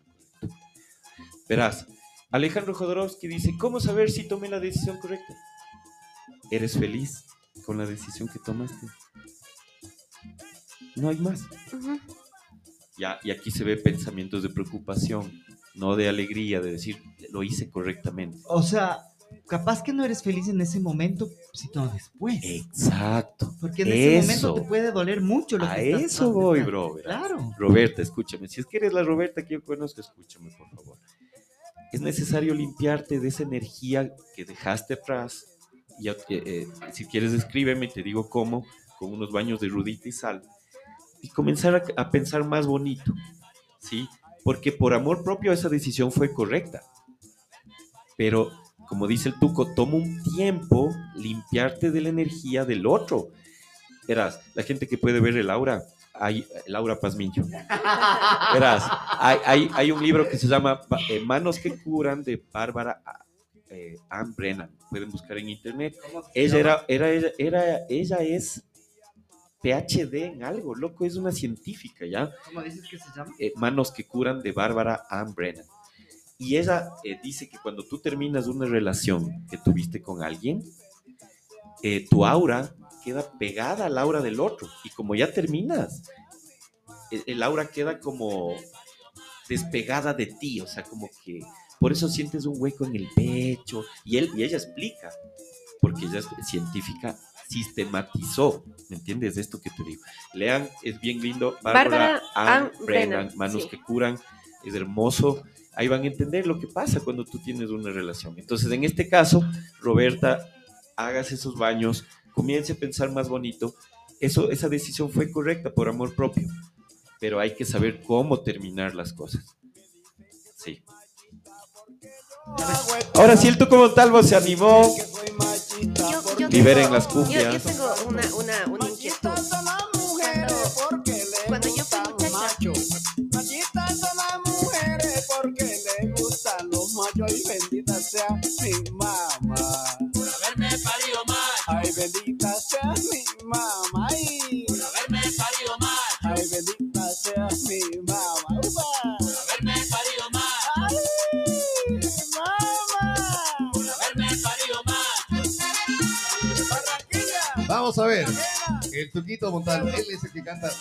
Verás, Alejandro Jodorowsky dice, ¿cómo saber si tomé la decisión correcta? ¿Eres feliz con la decisión que tomaste? No hay más. Ujú. Ya, y aquí se ve pensamientos de preocupación, no de alegría, de decir, lo hice correctamente. O sea, capaz que no eres feliz en ese momento, sino después. Exacto. Porque en ese Eso. momento te puede doler mucho lo A que estás eso voy, pasando. bro. verás. Claro. Roberta, escúchame. Si es que eres la Roberta que yo conozco, escúchame, por favor. Es necesario limpiarte de esa energía que dejaste atrás. Y, si quieres, escríbeme y te digo cómo, con unos baños de rudita y sal. Y comenzar a pensar más bonito, ¿sí? Porque por amor propio esa decisión fue correcta. Pero, como dice el Tuco, toma un tiempo limpiarte de la energía del otro. Verás, la gente que puede ver el aura, el aura Pazmiño. Verás, hay un libro que se llama Manos que curan, de Bárbara Ann Brennan. Pueden buscar en internet. Ella es PhD en algo, loco, es una científica, ¿ya? ¿Cómo dices que se llama? Manos que curan, de Bárbara Ann Brennan. Y ella dice que cuando tú terminas una relación que tuviste con alguien, tu aura queda pegada al aura del otro. Y como ya terminas, el aura queda como despegada de ti, o sea, como que por eso sientes un hueco en el pecho. Y ella explica, porque ella es científica, sistematizó, ¿me entiendes? Esto que te digo. Lean, es bien lindo. Bárbara Ann Brennan, Manos sí. que curan, es hermoso. Ahí van a entender lo que pasa cuando tú tienes una relación. Entonces, en este caso, Roberta, hagas esos baños, comience a pensar más bonito. Esa decisión fue correcta por amor propio, pero hay que saber cómo terminar las cosas. Sí. Ahora sí, el Tuco Montalvo se animó. Liberen las cumbias. Yo tengo una inquietud. Cuando yo fui muchacha, Machitas son las mujeres porque le gustan los machos y bendita sea mi mamá. Por haberme parido mal. Ay, bendita sea mi mamá. Ay. Por haberme parido mal. Ay, bendita sea mi mamá. Upa. Por haberme parido mal. Ay, mamá. Por haberme parido mal. Barranquilla. Vamos a ver. El Tuquito Montalvo, él es el que canta.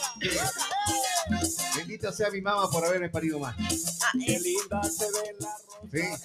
Bendita sea mi mamá por haberme parido más. Qué linda se ve la rosa.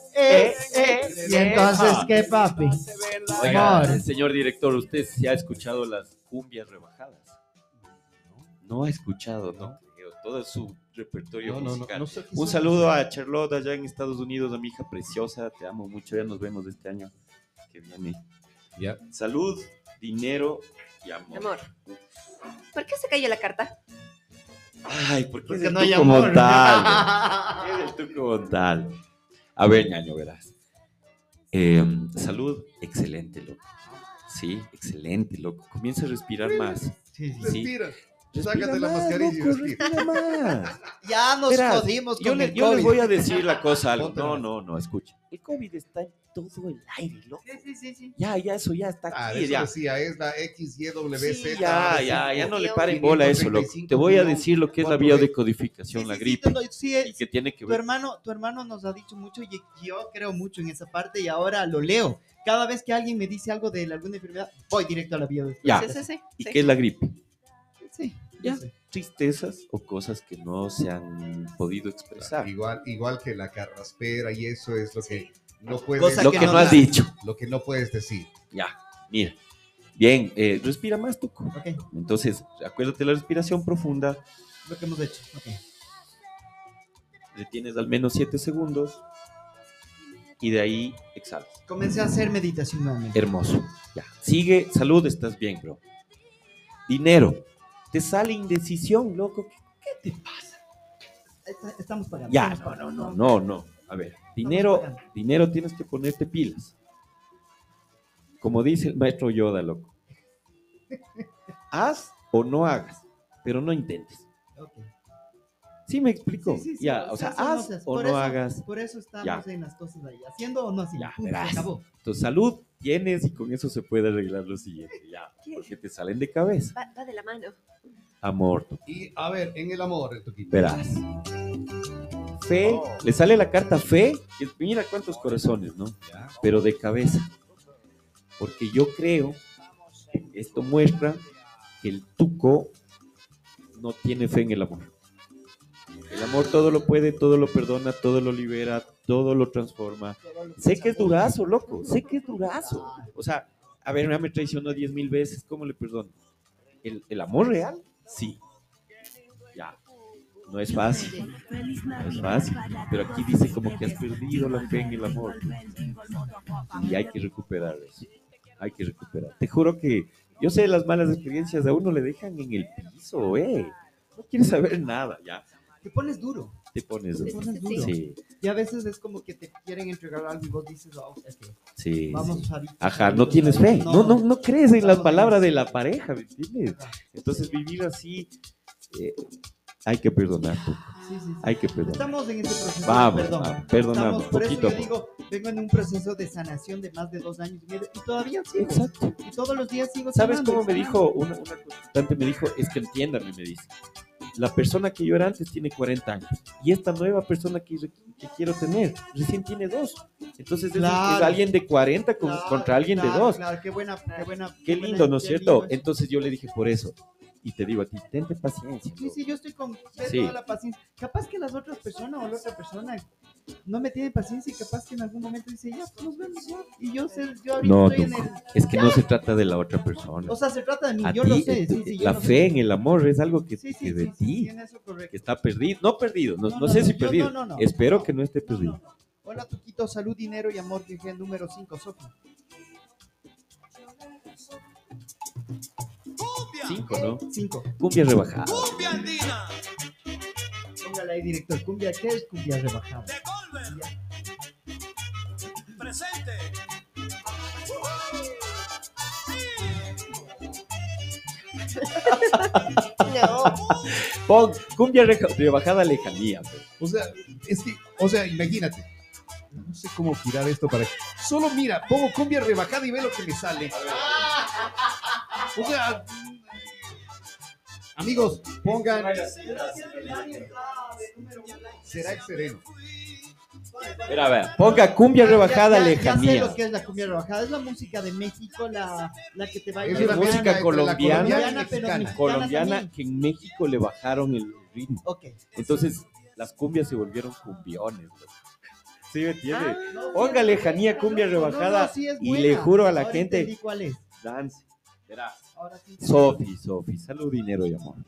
Sí, Y entonces, ¿qué, papi? Se ve la Oiga, Amor. señor director, ¿usted sí ha escuchado las cumbias rebajadas? No ha escuchado, no creo. Todo su repertorio musical. no sé qué Un son. saludo a Charlotte allá en Estados Unidos, a mi hija preciosa. Te amo mucho. Ya nos vemos este año que viene. Ya. Salud, dinero y amor. amor. ¿Por qué se cayó la carta? Ay, ¿por qué Porque es el no hay Tuco amor. Montalvo? Es el Tuco Montalvo. A ver, ñaño, verás. Salud, excelente, loco. Sí, excelente, loco. Comienza a respirar más. Sí, sí. Respira. Respira Sácate la más, mascarilla y loco, respira. respira más. Ya nos Verás, jodimos Yo con el les COVID. voy a decir la cosa algo. Póntela. No, escucha. El COVID está en todo el aire, loco. Sí. Ya, eso ya está Ah, aquí. eso ya. decía, es la XYWZ. Sí, ya no le paren 535, bola a eso, loco. Te voy a decir lo que es la 420. biodecodificación, la gripe, y que tiene que Tu ver. hermano nos ha dicho mucho y yo creo mucho en esa parte y ahora lo leo. Cada vez que alguien me dice algo de alguna enfermedad, voy directo a la Ya. biodescodificación. Sí. ¿Y qué es la gripe? Sí, Ya. sí. Tristezas o cosas que no se han podido expresar. Igual que la carraspera y eso es lo que no puedes Cosa Lo que que no no has da. dicho. lo que no puedes decir. Ya, mira. Bien, respira más, Tuco. Ok, Entonces, acuérdate la respiración profunda. lo que hemos hecho. Ok. Retienes al menos 7 segundos. Y de ahí exhalas. Comencé a hacer meditación nuevamente. Hermoso. Ya. Sigue, salud, estás bien, bro. Dinero. Te sale indecisión, loco. ¿Qué te pasa? Estamos pagando. Ya, estamos pagando. no. A ver, dinero tienes que ponerte pilas. Como dice el maestro Yoda, loco. Haz o no hagas, pero no intentes. Ok. ¿Sí me explico? Sí, Ya, o sea, eso no haz se hace. o Por no eso- hagas. Por eso estamos Ya. en las cosas ahí. Haciendo o no haciendo. Ya, Punto, verás. se acabó. Tu salud tienes y con eso se puede arreglar lo siguiente. Ya, porque te salen de cabeza. Va de la mano. Amor, Y a ver, en el amor, el Tuquito. verás. Fe, le sale la carta fe, que mira cuántos corazones, ¿no? Ya. Pero de cabeza. Porque yo creo, esto muestra que el Tuco no tiene fe en el amor. El amor todo lo puede, todo lo perdona, todo lo libera, todo lo transforma. Sé que es durazo, loco, sé que es durazo. O sea, a ver, me traicionó 10,000 veces, ¿cómo le perdono? ¿El amor real? Sí. Ya. No es fácil. No es fácil. Pero aquí dice como que has perdido la fe en el amor. Y hay que recuperar eso. Hay que recuperar. Te juro que yo sé las malas experiencias a uno le dejan en el piso, No quieres saber nada, ya. Te pones duro. Te pones. Te pones duro. Sí, Y a veces es como que te quieren entregar algo y vos dices, oh, ok, sí. vamos a dicho. Ajá, no tienes fe. No crees en las palabras de la pareja, ¿me entiendes? Entonces vivir así, hay que perdonar. Tú. Sí. Hay que perdonar. Estamos en este proceso Vamos, de perdón. perdonamos, Por eso poquito a yo digo, vengo en un proceso de sanación de más de 2 años y medio y todavía sigo. Exacto. Y todos los días sigo ¿Sabes sanando, cómo me sanando. dijo una consultante? Me dijo, es que entiéndame, me dice. La persona que yo era antes tiene 40 años y esta nueva persona que quiero tener recién tiene 2. Entonces Claro. es alguien de 40 contra alguien de 2. Claro, qué buena. Qué lindo, ¿no es cierto? Entonces yo le dije, por eso, y te digo a ti, tente paciencia. Sí, bro. sí, yo estoy con Sí. toda la paciencia. Capaz que las otras personas o la otra persona no me tiene paciencia y capaz que en algún momento dice, ya, pues nos vemos ya. Y yo sé, yo ahorita No, estoy en Tuco, el... es que no se trata de la otra persona. O sea, se trata de mí, A yo ti, lo sé, sí, sí, yo la lo fe sé. en el amor es algo que, Sí, sí, que de sí, ti, sí, en eso correcto. que está perdido, no perdido, no, No, no no, sé no, si yo perdido, no. espero que no esté No, perdido. no. Hola, Tuquito, salud, dinero y amor, que es el número 5, Sofi. 5, ¿no? 5. Cumbia rebajada. Cumbia andina Póngale ahí, director. Cumbia, ¿qué es cumbia rebajada? de Goldberg. Presente. No. Pon cumbia rebajada lejanía. Pues. O sea, es que, o sea, imagínate. No sé cómo girar esto para que... Solo mira, pongo cumbia rebajada y ve lo que me sale. O sea, amigos, pongan... Será el sereno. Mira, a ver, ponga cumbia rebajada Ya sé lejanía. lo que es la cumbia rebajada. Es la música de México, la que te va a Es Es una música mezcla entre la colombiana, colombiana y pero mexicana. mexicana colombiana también. que en México le bajaron el ritmo. Ok. Entonces, las cumbias se volvieron cumbiones. ¿No? ¿Sí me entiende? Ah, No, Ponga sí, lejanía, cumbia rebajada no, sí es y buena. le juro a la Ahora gente, entendí cuál es. dance. Verás. Ahora sí. Sofi, salud, dinero y amor.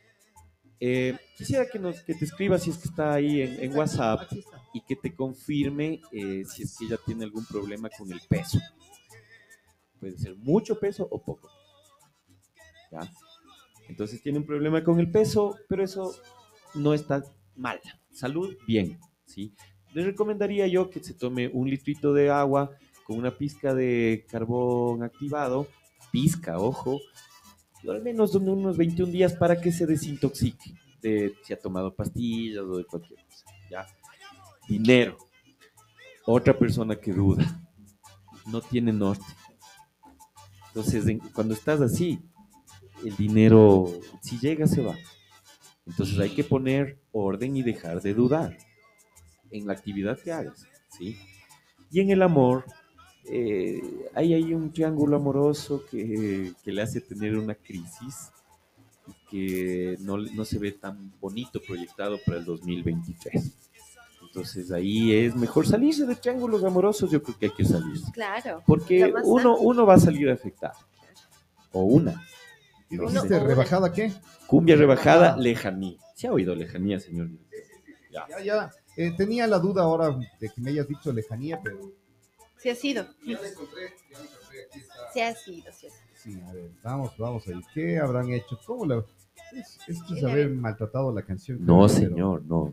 Quisiera que te escribas si es que está ahí en WhatsApp Aquí está. y que te confirme si es que ella tiene algún problema con el peso. Puede ser mucho peso o poco. ¿Ya? Entonces tiene un problema con el peso, pero eso no está mal. Salud, bien. ¿Sí? Le recomendaría yo que se tome un litrito de agua con una pizca de carbón activado, pizca, ojo, y al menos unos 21 días para que se desintoxique de si ha tomado pastillas o de cualquier cosa. ¿Ya? Dinero. Otra persona que duda. No tiene norte. Entonces, cuando estás así, el dinero, si llega, se va. Entonces hay que poner orden y dejar de dudar en la actividad que hagas, ¿sí? Y en el amor, hay un triángulo amoroso que le hace tener una crisis que no se ve tan bonito proyectado para el 2023. Entonces ahí es mejor salirse de triángulos amorosos, yo creo que hay que salirse. Claro. Porque Lo más sano. uno va a salir afectado. O una. ¿Y No dijiste sé. rebajada qué? Cumbia rebajada, lejanía. ¿Se ha oído lejanía, señor? Ya. Ya. Tenía la duda ahora de que me hayas dicho lejanía, pero... Sí ha sido. Ya la encontré aquí está. Sí ha sido, sí ha sido. Sí, a ver, vamos ahí. ¿Qué habrán hecho? ¿Cómo la...? Esto es Sí, haber maltratado la canción. No, creo, pero- señor, no.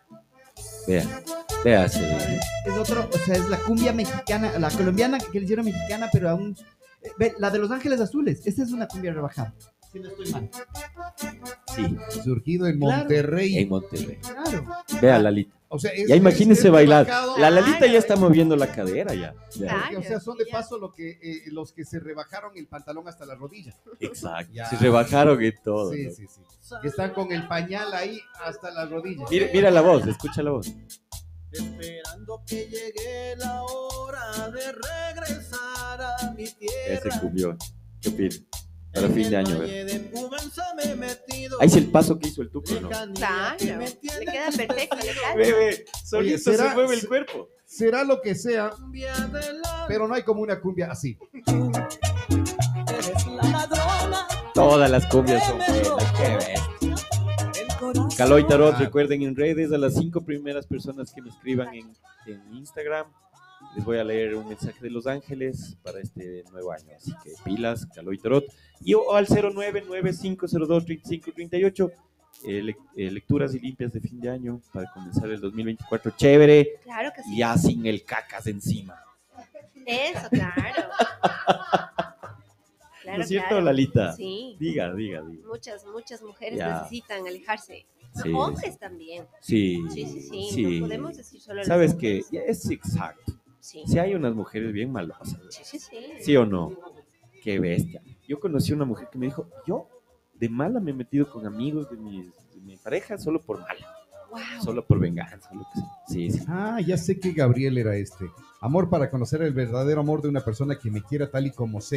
Vea, señor. Es otro, o sea, es la cumbia mexicana, la colombiana que le hicieron mexicana, pero aún. Ve, la de Los Ángeles Azules. Esta es una cumbia rebajada. Si no estoy mal. Sí, Surgido en Claro. Monterrey. en Monterrey. Claro. Vea, Lalita. O sea, Ya imagínese bailar. rebajado. La Lalita Claro. ya está moviendo la cadera ya. Ya. Claro. O sea, son de paso los que se rebajaron el pantalón hasta la rodilla. Exacto. Ya. Se rebajaron en todo. Sí, ¿no? sí. Que están con el pañal ahí hasta las rodillas. Mira la voz, escucha la voz. Esperando que llegue la hora de regresar a mi Ese tierra. cumbió. ¿Qué opinas? Para fin de año, Valle ¿ver? de Cubenza me he metido. Ahí es el paso que hizo el tuco, ¿no? Claro. Le queda perfecto, le queda. Bebe, solito ¿será- se mueve el cuerpo. Será lo que sea, Cumbia de la- pero no hay como una cumbia así. Eres la ladrona. Todas las cumbias son buenas, qué ves. El corazón. Caló y Tarot, Ah. recuerden en redes a las 5 primeras personas que me escriban en Instagram. Les voy a leer un mensaje de Los Ángeles para este nuevo año. Así que pilas, Caló y Tarot. Y o al 0995023538. Lecturas y limpias de fin de año para comenzar el 2024 chévere, Claro que sí. ya sin el cacas encima. Eso, claro. Claro, ¿No es cierto, claro. Lalita? Sí. Diga. Muchas mujeres Ya. necesitan alejarse. Sí, Hombres también. Sí, Sí. No podemos decir solo las ¿Sabes qué? mujeres. Ya es exacto. Sí. Si hay unas mujeres bien malosas, Sí. ¿sí o no? Qué bestia. Yo conocí una mujer que me dijo, yo de mala me he metido con amigos de mi pareja solo por mala, Wow. solo por venganza, lo que sea. Sí. Ah, ya sé que Gabriel era este. Amor para conocer el verdadero amor de una persona que me quiera tal y como sea.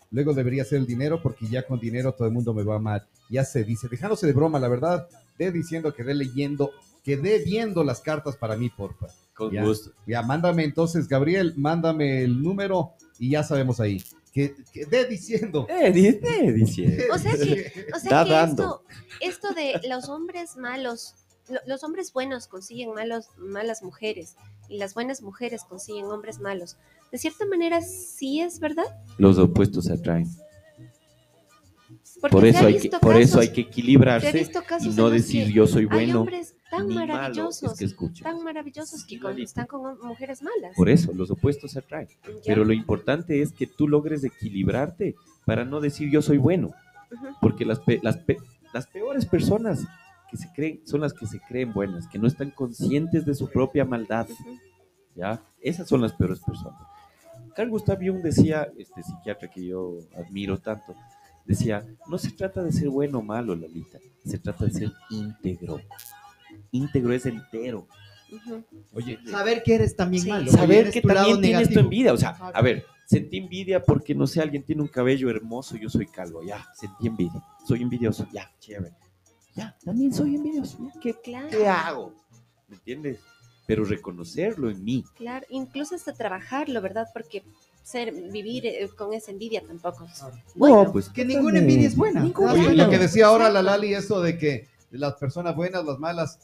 Luego debería ser el dinero porque ya con dinero todo el mundo me va a amar. Ya se dice, dejándose de broma, la verdad, diciendo que dé viendo las cartas para mí, porfa. Con Ya, gusto. ya, mándame entonces, Gabriel, mándame el número y ya sabemos ahí. Que dé diciendo. Dice. O sea que Está dando. esto de los hombres malos, los hombres buenos consiguen malas mujeres y las buenas mujeres consiguen hombres malos. De cierta manera sí es verdad. Los opuestos se atraen. Porque Por se eso, ha hay que, visto por eso hay casos- que se ha equilibrarse visto y casos no en los decir que yo soy hay bueno hombres tan ni maravillosos, malo. Es que escuchen. tan maravillosos que están con mujeres malas. Por eso, los opuestos se atraen. Ya. Pero lo importante es que tú logres equilibrarte para no decir yo soy bueno. Ujú. Porque las peores personas que se creen son las que se creen buenas, que no están conscientes de su propia maldad. Ujú. ¿Ya? Esas son las peores personas. Carl Gustav Jung decía, este psiquiatra que yo admiro tanto, decía, no se trata de ser bueno o malo, Lalita, se trata de ser íntegro. Íntegro es entero. Ujú. Oye, Saber que eres también Sí. malo. Saber eres que tu lado también tienes tu negativo. envidia. O sea, a ver, sentí envidia porque, no sé, alguien tiene un cabello hermoso, yo soy calvo, ya, sentí envidia. Soy envidioso, ya, chévere. Ya, también soy envidioso. ya, Claro. ¿Qué hago? ¿Me entiendes? Pero reconocerlo en mí. Claro, incluso hasta trabajarlo, ¿verdad? Porque vivir con esa envidia tampoco es bueno. No, pues Que ninguna envidia es buena. Ninguna. oye, Claro. lo que decía ahora la Lali, eso de que las personas buenas, las malas.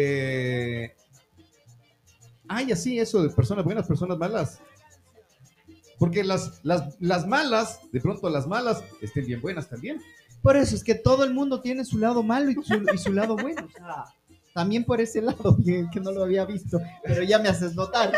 Ay, así, eso de personas buenas, personas malas. Porque las malas, de pronto las malas, estén bien buenas también. Por eso es que todo el mundo tiene su lado malo y su lado bueno. O sea, también por ese lado, que no lo había visto, pero ya me haces notar.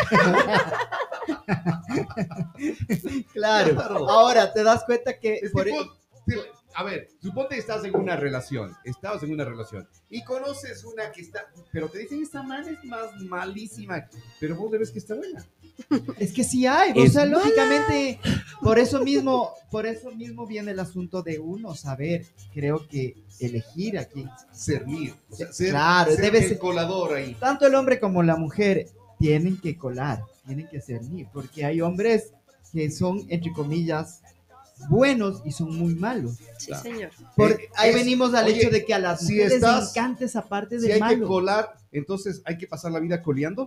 Claro. Claro. Ahora te das cuenta que, Es por que a ver, suponte que estabas en una relación y conoces una que está, pero te dicen esta man es más malísima, pero vos le ves que está buena. es que sí hay, o Es sea, mala. lógicamente, por eso mismo viene el asunto de uno saber, creo que elegir a quién. Cernir, o sea, ser, Claro, ser debe el ser- colador ahí. Tanto el hombre como la mujer tienen que colar, tienen que cernir, porque hay hombres que son, entre comillas, buenos y son muy malos. Sí, señor. Ahí Es- venimos al oye, hecho de que a las si mujeres les estás- encanta esa parte Si del hay que malo. colar, entonces hay que pasar la vida coleando.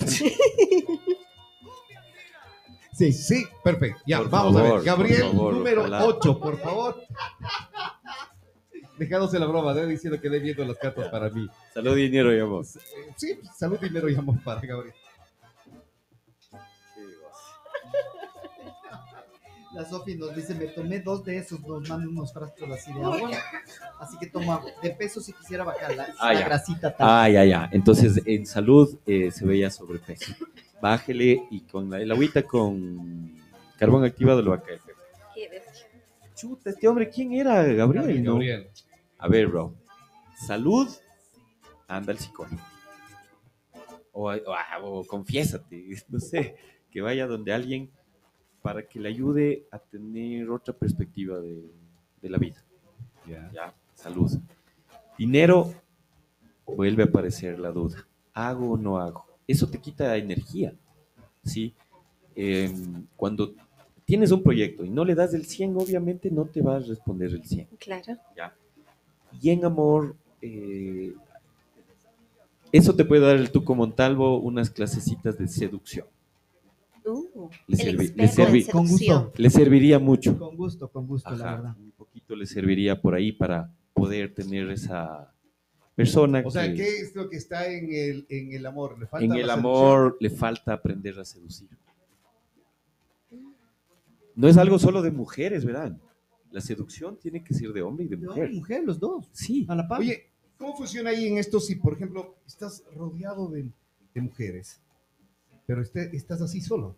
Sí. Sí, perfecto. Ya, Por vamos a favor, ver. Gabriel, por favor, número ojalá. 8, por favor. Dejándose la broma, diciendo que dé viendo las cartas para mí. Salud, dinero y amor. Sí, salud, dinero y amor para Gabriel. La Sofi nos dice, me tomé 2 de esos, nos mandan unos frascos así de agua, así que tomo agua. De peso si quisiera bajar la Ya. grasita tal. Ya. Entonces, en salud se veía sobrepeso. Bájele y con el agüita con carbón activado lo va a caer. Qué bestia. Chuta, este hombre, ¿quién era? Gabriel, ¿no? Gabriel. A ver, bro. Salud, anda al psicólogo. O confiésate, no sé, que vaya donde alguien para que le ayude a tener otra perspectiva de la vida. Ya, salud. Dinero, vuelve a aparecer la duda. ¿Hago o no hago? Eso te quita energía, ¿sí? Cuando tienes un proyecto y no le das el 100, obviamente no te va a responder el 100. Claro. ¿Ya? Y en amor, eso te puede dar el Tuco Montalvo unas clasecitas de seducción. Le El servi- experto en con gusto. seducción. Le serviría mucho. Con gusto, la Ajá, verdad. un poquito le serviría por ahí para poder tener esa persona O sea, que ¿qué es lo que está en el amor? ¿Le falta en la el seducción? amor le falta aprender a seducir. No es algo solo de mujeres, ¿verdad? La seducción tiene que ser de hombre y de De mujer. hombre y mujer, los dos, Sí. a la par. Oye, ¿cómo funciona ahí en esto si, por ejemplo, estás rodeado de mujeres, pero estás así solo?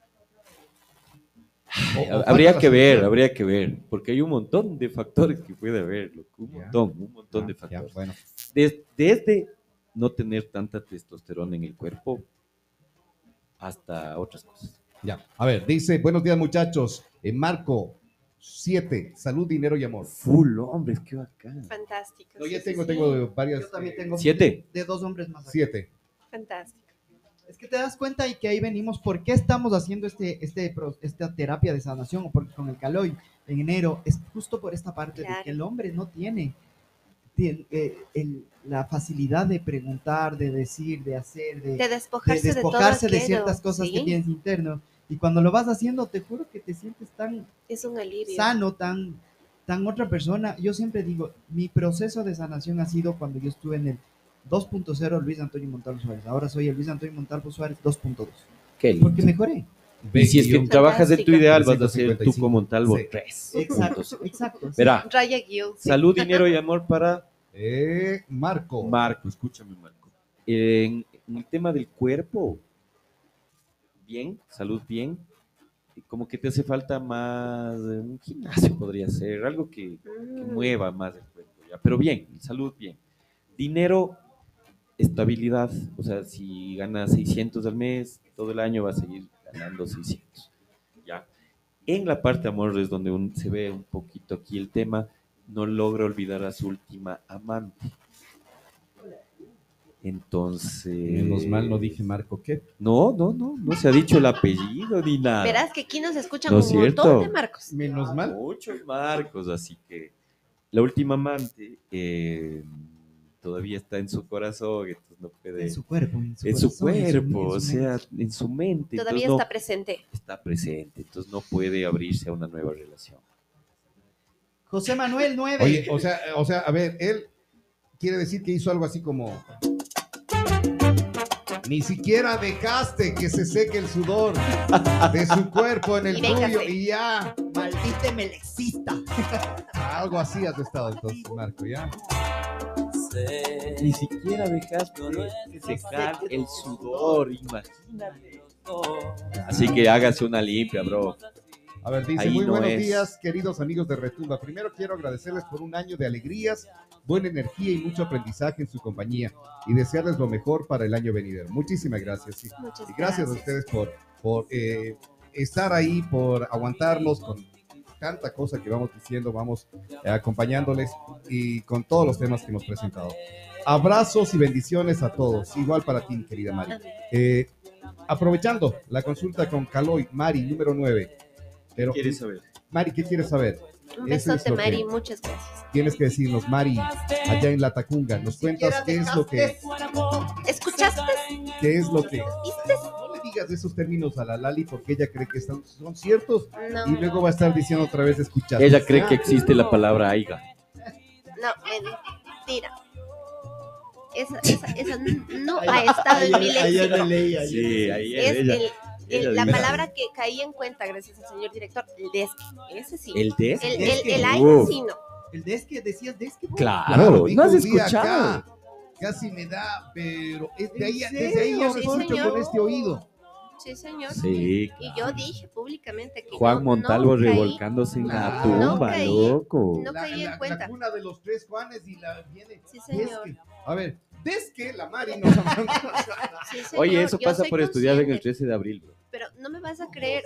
O Habría falta que la ver, seducción. habría que ver, porque hay un montón de factores que puede haber, loco, un montón de Ya, factores. bueno. Desde no tener tanta testosterona en el cuerpo hasta otras cosas. Ya. A ver, dice, buenos días muchachos. Marco, 7, salud, dinero y amor. Full hombres, qué bacán. Fantástico. No, ya sí, sí, sí. tengo varias. Yo también tengo 7. de 2 hombres más. 7. Fantástico. Es que te das cuenta y que ahí venimos, ¿por qué estamos haciendo esta terapia de sanación? O porque con el Caloy en enero es justo por esta parte de Claro. que el hombre no tiene la facilidad de preguntar, de decir, de hacer, De de despojarse de todo despojarse de aquello, ciertas cosas sí. que tienes interno. Y cuando lo vas haciendo, te juro que te sientes tan Es un alivio. sano, tan otra persona. Yo siempre digo, mi proceso de sanación ha sido cuando yo estuve en el 2.0 Luis Antonio Montalvo Suárez. Ahora soy el Luis Antonio Montalvo Suárez 2.2. Qué lindo. Porque mejoré. Y si es que trabajas en tu ideal, vas a ser 355. tú como Montalvo Sí. 3. Exacto, exacto. sí. Verá, Raya guión. Sí. salud, dinero y amor para Marco. Marco. Escúchame, Marco. En el tema del cuerpo, bien, salud bien. Como que te hace falta más un gimnasio, podría ser, algo que mueva más el cuerpo, ¿ya? Pero bien, salud bien. Dinero, estabilidad, o sea, si ganas 600 al mes, todo el año vas a seguir ganando 600, ¿ya? En la parte amor es donde se ve un poquito aquí el tema, no logra olvidar a su última amante. Entonces... Menos mal no dije Marco qué. No se ha dicho el apellido ni nada. Verás que aquí nos escuchan ¿No un es cierto? montón de Marcos. Menos mal. Muchos Marcos, así que la última amante todavía está en su corazón, entonces no puede... En su cuerpo. En su corazón, en su- cuerpo, o en su sea, mente. en su mente. Todavía entonces está presente. está presente, entonces no puede abrirse a una nueva relación. José Manuel 9. Oye, o sea, a ver, él quiere decir que hizo algo así como... Ni siquiera dejaste que se seque el sudor de su cuerpo en el Y véngase. tuyo y ya. Maldita melexista. Algo así has estado entonces, Marco, ¿ya? Ni siquiera dejaste secar el sudor, imagínate. Así que hágase una limpia, bro. A ver, dice, Ahí muy no buenos es. días, queridos amigos de Retumba. Primero quiero agradecerles por un año de alegrías, buena energía y mucho aprendizaje en su compañía y desearles lo mejor para el año venidero. Muchísimas gracias. Sí. Muchas Y gracias a gracias. ustedes por estar ahí, por aguantarnos con tanta cosa que vamos diciendo, vamos acompañándoles y con todos los temas que hemos presentado. Abrazos y bendiciones a todos. Igual para ti, querida Mari. Amén. Aprovechando la consulta con Caloy, Mari, número 9. Pero, ¿Qué quieres saber? Mari, ¿qué quieres saber? Un Eso es besote, lo que- Mari. Muchas gracias. Tienes que decirnos, Mari, allá en La Tacunga, nos cuentas qué es lo que, ¿Escuchaste? qué es lo que... ¿Viste? No le digas esos términos a la Lali porque ella cree que son ciertos No. y luego va a estar diciendo otra vez escuchar. Ella cree que existe la palabra aiga. No, mentira. Esa no ha estado en mi Ayer léxico. leí, Sí, ahí Es la dice. palabra que caí en cuenta gracias al señor director, el desque. Ese sí. ¿El de? El aire sí no. El desque, decías desque. vos. Claro, dijo no has un día escuchado. acá, casi me da, pero es de ahí, ¿En desde ahí ya serio? me Sí, escucho señor. con este oído. Sí, señor. Sí, Y yo dije públicamente que Juan yo Montalvo no caí, revolcándose en la Claro. tumba, No caí. loco. No caí en cuenta. La cuna de los tres Juanes y la viene. Sí, señor. Desque. A ver, desque la Mari nos Sí, señor. Oye, eso Yo pasa soy por estudiar en el consciente, 13 de abril, bro. Pero no me vas a creer,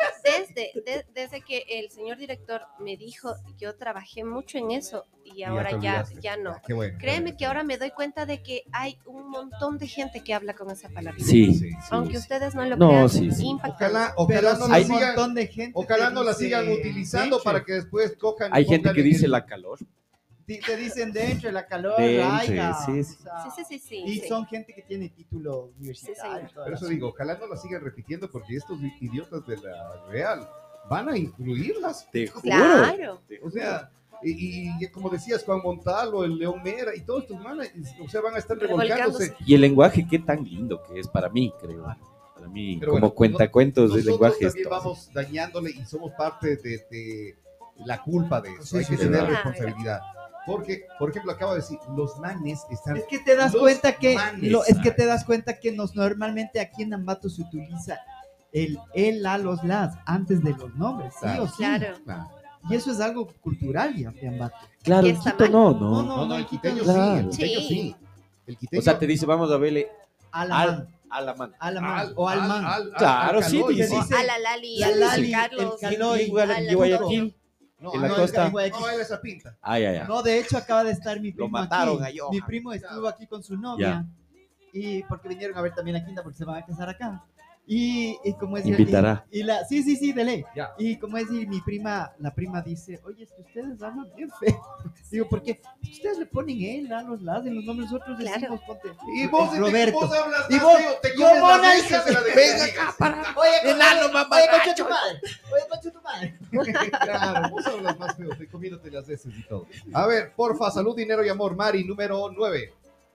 desde que el señor director me dijo, yo trabajé mucho en eso y ahora te ya, olvidaste. ya no. Qué bueno. Créeme que ahora me doy cuenta de que hay un montón de gente que habla con esa palabra. Sí, Aunque ustedes no lo No, crean, sí, sí. impactante. Ojalá Pero no sí la hay un sigan, montón de gente. ojalá que no la dice, sigan utilizando "Denche". para que después cojan. y Hay gente pongan que en dice el- la calor. Te dicen dentro, la calor, Dentro, raiga, sí, sí. o sea, Sí. Y sí. son gente que tiene título Sí, universitario. señor. toda Por la eso digo, ojalá no la sigan repitiendo porque estos idiotas de la Real van a incluirlas. Te juro. Claro. O sea, y como decías, Juan Montalvo, el León Mera y todos estos manes, o sea, van a estar revolcándose. Y el lenguaje, qué tan lindo que es para mí, creo. Para mí, Pero como bueno, cuentacuentos del Nosotros lenguaje. también esto. vamos dañándole y somos parte de la culpa de eso. Sí, Hay sí, que sí, tener claro. responsabilidad. Porque, por ejemplo, acabo de decir, los manes están... Es que te das Los cuenta que manes. es que te das cuenta que normalmente aquí en Ambato se utiliza el la, los, las antes de los nombres, sí Claro. o sí. Claro. Ah, Y eso es algo cultural ya de Ambato. Claro, ¿Qué el está Quito mal? no, No, no. no, el quiteño Claro. sí, el quiteño Sí. sí. El quiteño... O sea, te dice, vamos a verle Alamán, Alamán. Alamán o Alman. Claro, sí, Caloy. dice. dice- A la Lali, La a Lali, Carlos, el Caloy, Igual a en la Guayaquil. No, en la no, costa. No, él esa pinta. Ah, ya. No, de hecho acaba de estar mi Lo primo mataron aquí. a Johan. Mi primo estuvo aquí con su novia y porque vinieron a ver también a Quinta porque se van a casar acá. Y como es Invitará. Sí, de ley. Ya. Y como es, y la prima dice, oye, es que ustedes hablan bien feo. Digo, porque ustedes le ponen él, los nombres, nosotros Claro. decimos, ponte. Y vos, Roberto. vos hablas Y más vos, feo, te yo comes las mona, hijas de la de venga acá Oye, enano, mamá, oye, concha tu madre. Oye, concha tu madre. Claro, vos hablas más feo, te comiéndote las veces y todo. A ver, porfa, salud, dinero y amor. Mari, número 9.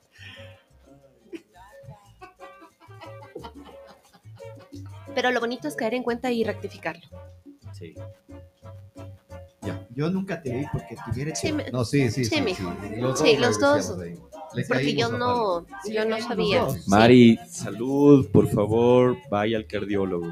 Pero lo bonito es caer en cuenta y rectificarlo. Sí. Ya, yo nunca te vi porque tuviera Sí, No, sí. Sí, mijo. Los Sí, dos los le dos. decíamos ahí. Le porque yo caímos a palo. no sabía. Sí. Mari, salud, por favor, vaya al cardiólogo.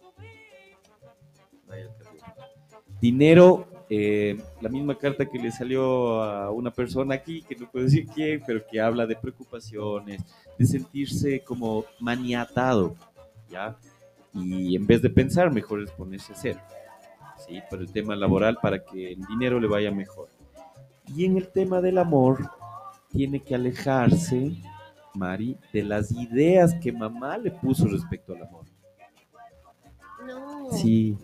Vaya al cardiólogo. Dinero, la misma carta que le salió a una persona aquí, que no puedo decir quién, pero que habla de preocupaciones, de sentirse como maniatado, ¿ya? Y en vez de pensar, mejor es ponerse a hacer, ¿sí? Por el tema laboral, para que el dinero le vaya mejor. Y en el tema del amor, tiene que alejarse, Mari, de las ideas que mamá le puso respecto al amor. No. Sí.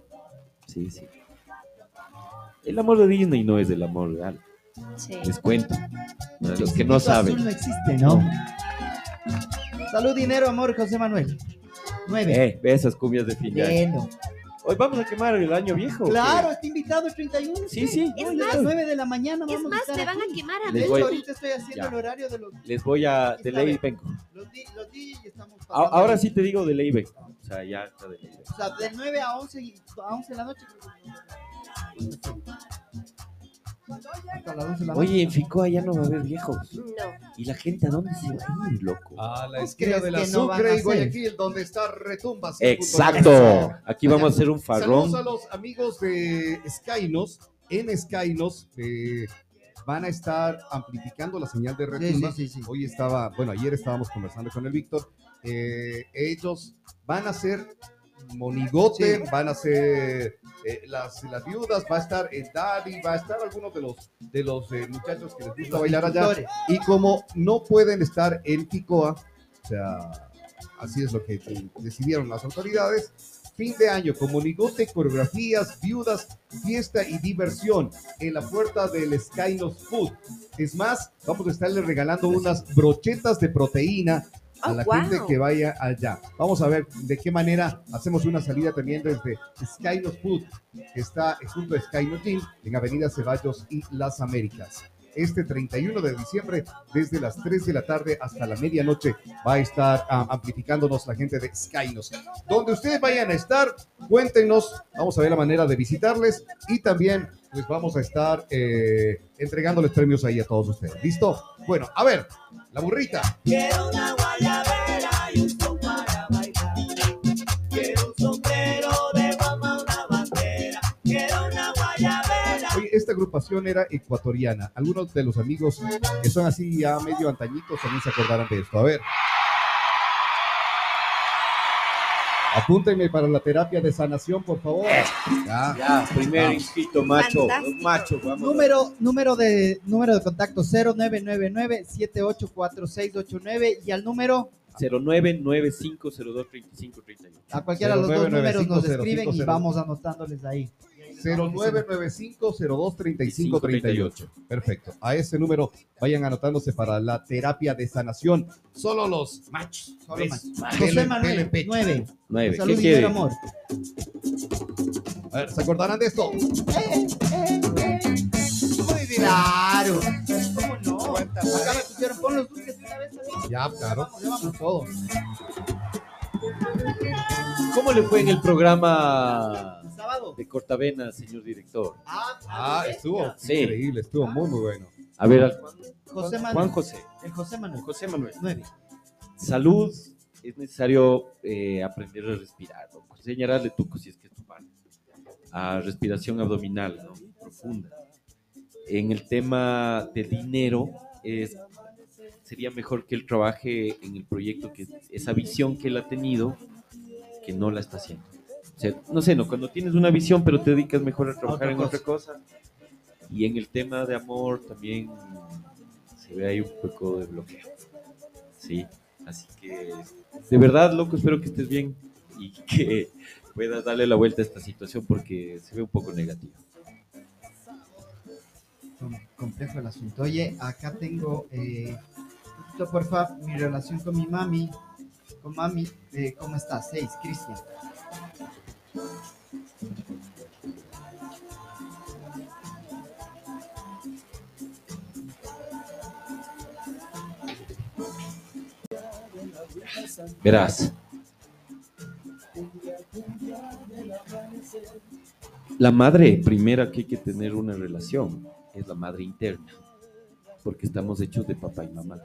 El amor de Disney no es el amor real. Sí. Les cuento. Para los que El no Chiquito Azul saben. no existe, ¿no? Salud, dinero, amor, José Manuel. 9. Ve esas cumbias de fin de año. Bueno. Hoy vamos a quemar el año viejo. ¿o qué? Claro, está invitado el 31. Sí, sí. Es Hoy más, a las 9 de la mañana Es vamos a más, estar te van aquí. a quemar a De Les mí. hecho, voy- ahorita estoy haciendo Ya. el horario de los Les voy a. De ley vengo. los DJ y estamos pasando Ahora ahí. sí te digo de ley vengo. O sea, ya está de ley vengo. O sea, de 9 a 11, a 11 de la noche. Hasta las 11 de la noche. Oye, en Ficoa ya no va a haber viejos. No. ¿Y la gente a dónde se va a ir, loco? A la ¿Vos esquina crees de la que no van a Sucre y hacer? Guayaquil, donde está Retumba. 100.9. Exacto. Aquí vamos a hacer un farrón. Saludos a los amigos de Skynos. En Skynos van a estar amplificando la señal de Retumba. Sí. Hoy ayer estábamos conversando con el Víctor. Ellos van a hacer monigote, Sí. van a hacer las viudas, va a estar el Daddy, va a estar algunos de los muchachos que les gusta Los bailar allá. instructores. Y como no pueden estar en Picoa, o sea, así es lo que decidieron las autoridades, fin de año, con monigote, coreografías, viudas, fiesta y diversión en la puerta del Skynos Food. Es más, vamos a estarle regalando unas brochetas de proteína a Oh, la wow. gente que vaya allá. Vamos a ver de qué manera hacemos una salida también desde Skynos Food, que está junto a Skynos Gym, en Avenida Ceballos y Las Américas. Este 31 de diciembre, desde las 3 de la tarde hasta la medianoche, va a estar amplificándonos la gente de Skynos. Donde ustedes vayan a estar, cuéntenos, vamos a ver la manera de visitarles y también pues vamos a estar entregándoles premios ahí a todos ustedes. ¿Listo? Bueno, a ver, la burrita. Quiero una guayabera y un son para bailar. Quiero un sombrero de goma, una bandera. Quiero una guayabera. Oye, esta agrupación era ecuatoriana. Algunos de los amigos que son así ya medio antañitos también se acordarán de esto. A ver. Apúntenme para la terapia de sanación, por favor. Ya. Ya, primer Vamos. inscrito, macho. Fantástico. Macho, vamos. Número de contacto 0999-784689 y al número 0995023538. a cualquiera de los dos números nos 0995-0505. escriben y vamos anotándoles ahí. 0995-023538. Perfecto. A ese número vayan anotándose para la terapia de sanación. Solo los machos. Solo ¿Ves? machos. Pele, José Manuel, pele, pecho. 9. 9. Salud ¿Qué y quiere? dinero, amor. A ver, ¿se acordarán de esto? Muy bien. Claro. ¿Cómo no? Acá me pusieron, pon los dulces de una vez también. Ya, claro. Ya vamos todo. ¿Cómo le fue en el programa El sábado. de Cortavena, señor director? Estuvo Sí. increíble, estuvo muy, muy bueno. A ver, José Manuel. Juan José. El José Manuel. José Manuel. 9. Salud, es necesario aprender a respirar, ¿no? Señalarle tú, si es que es tu padre, a respiración abdominal, ¿no? Profunda. En el tema de dinero, sería mejor que él trabaje en el proyecto, que esa visión que él ha tenido, que no la está haciendo. O sea, no sé, ¿no? Cuando tienes una visión, pero te dedicas mejor a trabajar en otra cosa. Y en el tema de amor también se ve ahí un poco de bloqueo. Sí. Así que, de verdad, loco, espero que estés bien y que puedas darle la vuelta a esta situación porque se ve un poco negativa. Complejo el asunto. Oye, acá tengo, porfa, mi relación con mi mami. Con mami, ¿cómo estás? 6, Cristian. Verás, la madre primera que hay que tener una relación es la madre interna, porque estamos hechos de papá y mamá.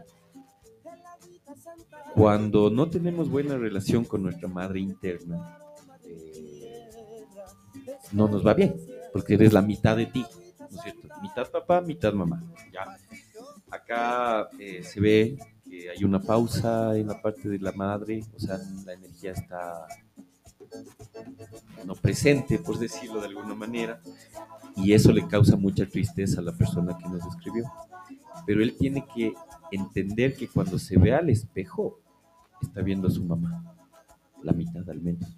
Cuando no tenemos buena relación con nuestra madre interna, no nos va bien, porque eres la mitad de ti, ¿no es cierto? Mitad papá, mitad mamá. Ya. Acá se ve que hay una pausa en la parte de la madre, o sea, la energía está no presente, por decirlo de alguna manera, y eso le causa mucha tristeza a la persona que nos escribió. Pero él tiene que entender que cuando se ve al espejo, está viendo a su mamá, la mitad al menos.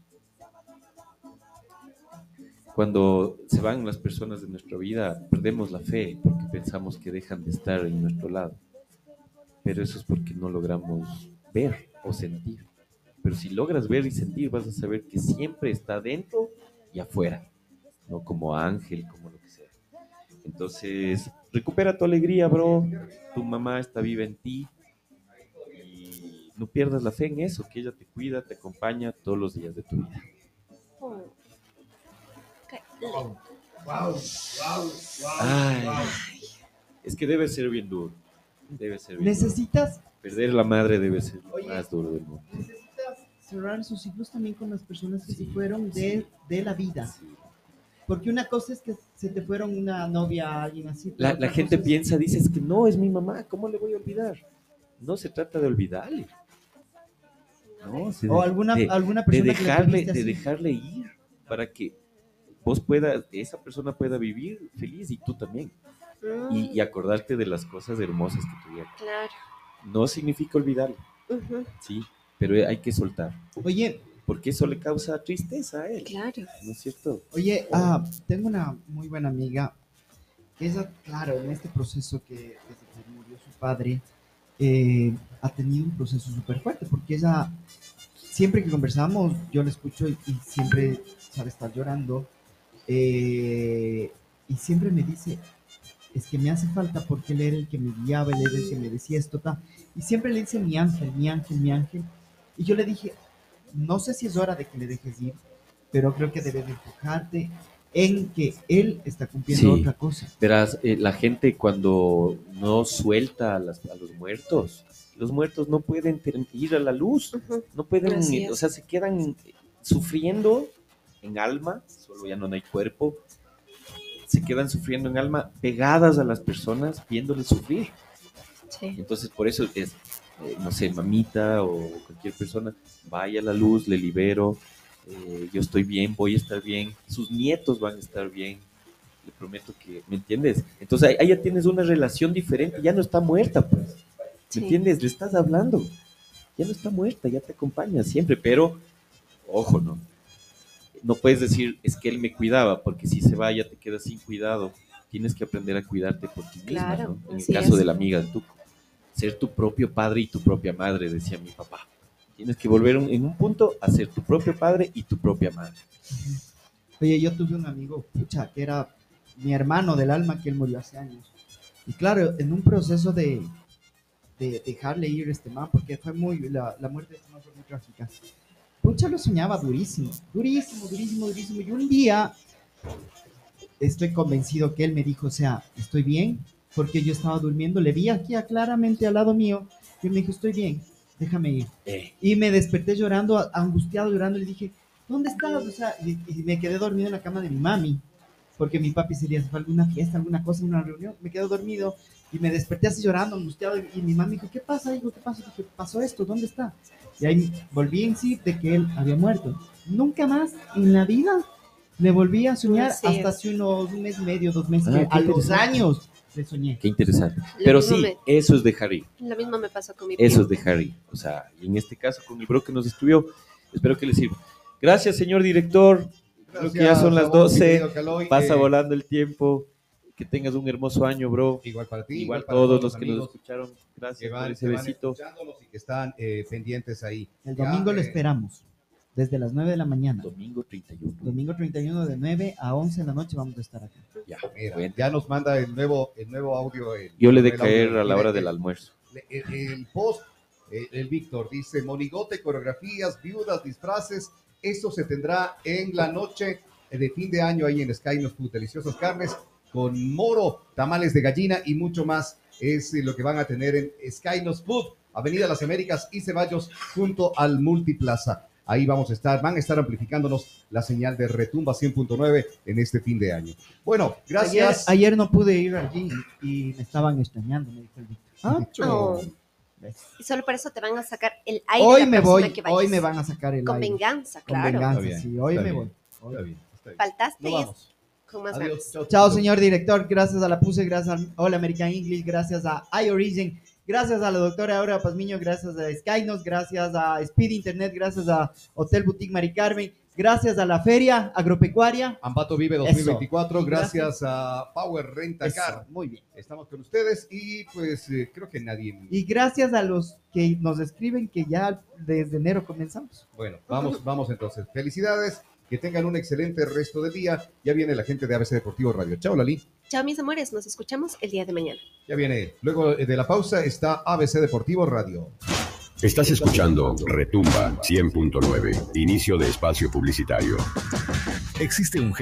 Cuando se van las personas de nuestra vida, perdemos la fe porque pensamos que dejan de estar en nuestro lado. Pero eso es porque no logramos ver o sentir. Pero si logras ver y sentir, vas a saber que siempre está dentro y afuera, no como ángel, como lo que sea. Entonces, recupera tu alegría, bro. Tu mamá está viva en ti y no pierdas la fe en eso, que ella te cuida, te acompaña todos los días de tu vida. Ay, es que debe ser bien duro. Debe ser bien Necesitas duro. Perder la madre debe ser lo más duro del mundo. Necesitas cerrar sus ciclos también con las personas que se fueron de la vida. Sí. Porque una cosa es que se te fueron una novia, alguien así. La gente piensa, dices que no, es mi mamá, ¿cómo le voy a olvidar? No se trata de olvidarle. No, o alguna persona de dejarle ir para que vos puedas, esa persona pueda vivir feliz y tú también. Y acordarte de las cosas hermosas que tuvieron. Claro. No significa olvidarlo, sí, pero hay que soltar. Oye, porque eso le causa tristeza a él. Claro. ¿No es cierto? Oye, tengo una muy buena amiga. Ella, claro, en este proceso que desde que murió su padre, ha tenido un proceso súper fuerte, porque ella, siempre que conversamos, yo la escucho y siempre sabe estar llorando. Y siempre me dice, es que me hace falta porque él era el que me guiaba, él era el que me decía esto, ta. Y siempre le dice mi ángel, mi ángel, mi ángel. Y yo le dije, no sé si es hora de que le dejes ir, pero creo que debes de enfocarte en que él está cumpliendo otra cosa. Verás, la gente cuando no suelta a los muertos no pueden ir a la luz, no pueden, o sea, se quedan sufriendo en alma, solo ya no hay cuerpo, se quedan sufriendo en alma, pegadas a las personas, viéndoles sufrir. Sí. Entonces, por eso es, no sé, mamita o cualquier persona, vaya a la luz, le libero, yo estoy bien, voy a estar bien, sus nietos van a estar bien, le prometo que, ¿me entiendes? Entonces, ahí ya tienes una relación diferente, ya no está muerta, pues, ¿me entiendes? Le estás hablando, ya no está muerta, ya te acompaña siempre, pero, ojo, no puedes decir, es que él me cuidaba, porque si se va ya te quedas sin cuidado. Tienes que aprender a cuidarte por ti misma, ¿no? En el caso de la amiga de Tuco. Ser tu propio padre y tu propia madre, decía mi papá. Tienes que volver en un punto a ser tu propio padre y tu propia madre. Oye, yo tuve un amigo, pucha, que era mi hermano del alma, que él murió hace años. Y claro, en un proceso de dejarle ir este man, porque fue la muerte de este man fue muy trágica. Pucha, lo soñaba durísimo. Y un día estoy convencido que él me dijo, o sea, estoy bien, porque yo estaba durmiendo, le vi aquí claramente al lado mío, y me dijo, estoy bien, déjame ir. Y me desperté llorando, angustiado, llorando, y le dije, ¿dónde estás? O sea, y me quedé dormido en la cama de mi mami, porque mi papi sería, fue alguna fiesta, alguna cosa, una reunión, me quedé dormido, y me desperté así llorando, angustiado, y mi mami dijo, ¿qué pasa, hijo? ¿Qué pasa? Dije, pasó esto, ¿dónde está? Y ahí volví en sí de que él había muerto. Nunca más en la vida le volví a soñar hasta hace un mes y medio, 2 meses, a los años. Le soñé. Qué interesante. Lo Pero mismo sí, me- eso es de Harry. Lo mismo me pasó con mi Eso primo. es de Harry. O sea, y en este caso con el bro que nos estudió, espero que le sirva. Gracias, señor director. Creo que ya son las a vos, mi 12. querido Caloy. Pasa volando el tiempo. Que tengas un hermoso año, bro. Igual para ti, Igual para todos los que nos amigos escucharon. que Gracias por van, ese que van besito. escuchándonos y que están pendientes ahí. El Ya, domingo lo esperamos. Desde las 9 de la mañana. Domingo 31. Domingo 31 de 9 a 11 de la noche vamos a estar acá. Ya, Mira, bueno. ya nos manda el nuevo audio. Yo le de el audio caer a la hora el- del almuerzo. el post, el Víctor dice, monigote, coreografías, viudas, disfraces, eso se tendrá en la noche de fin de año ahí en Skynos Food, deliciosas carnes con moro, tamales de gallina y mucho más es lo que van a tener en Skynos Food, Avenida Las Américas y Ceballos junto al Multiplaza. Ahí vamos a estar, van a estar amplificándonos la señal de Retumba 100.9 en este fin de año. Bueno, gracias. Ayer no pude ir allí y me estaban extrañando, me dijo el Víctor. Oh. ¿Ves? Y solo por eso te van a sacar el aire Hoy la me próxima voy, que vayas. hoy me van a sacar el Con aire. venganza, Con claro. venganza, Está bien, sí, hoy está me bien. voy. Está bien, está bien. Faltaste Nos y es vamos. con más Adiós. ganas. Chao, señor director. Gracias a la PUSE, gracias a All American English, gracias a iOrigin, gracias a la doctora Aura Pazmiño, gracias a Skynos, gracias a Speed Internet, gracias a Hotel Boutique Mari Carmen, gracias a la Feria Agropecuaria. Ambato Vive Eso. 2024, Y gracias a Power Rent a Car. Eso, muy bien. Estamos con ustedes y pues creo que nadie... Y gracias a los que nos escriben que ya desde enero comenzamos. Bueno, vamos entonces. Felicidades, que tengan un excelente resto del día. Ya viene la gente de ABC Deportivo Radio. Chao, Lali. Chao, mis amores. Nos escuchamos el día de mañana. Ya viene. Luego de la pausa está ABC Deportivo Radio. Estás escuchando Retumba 100.9, inicio de espacio publicitario. Existe un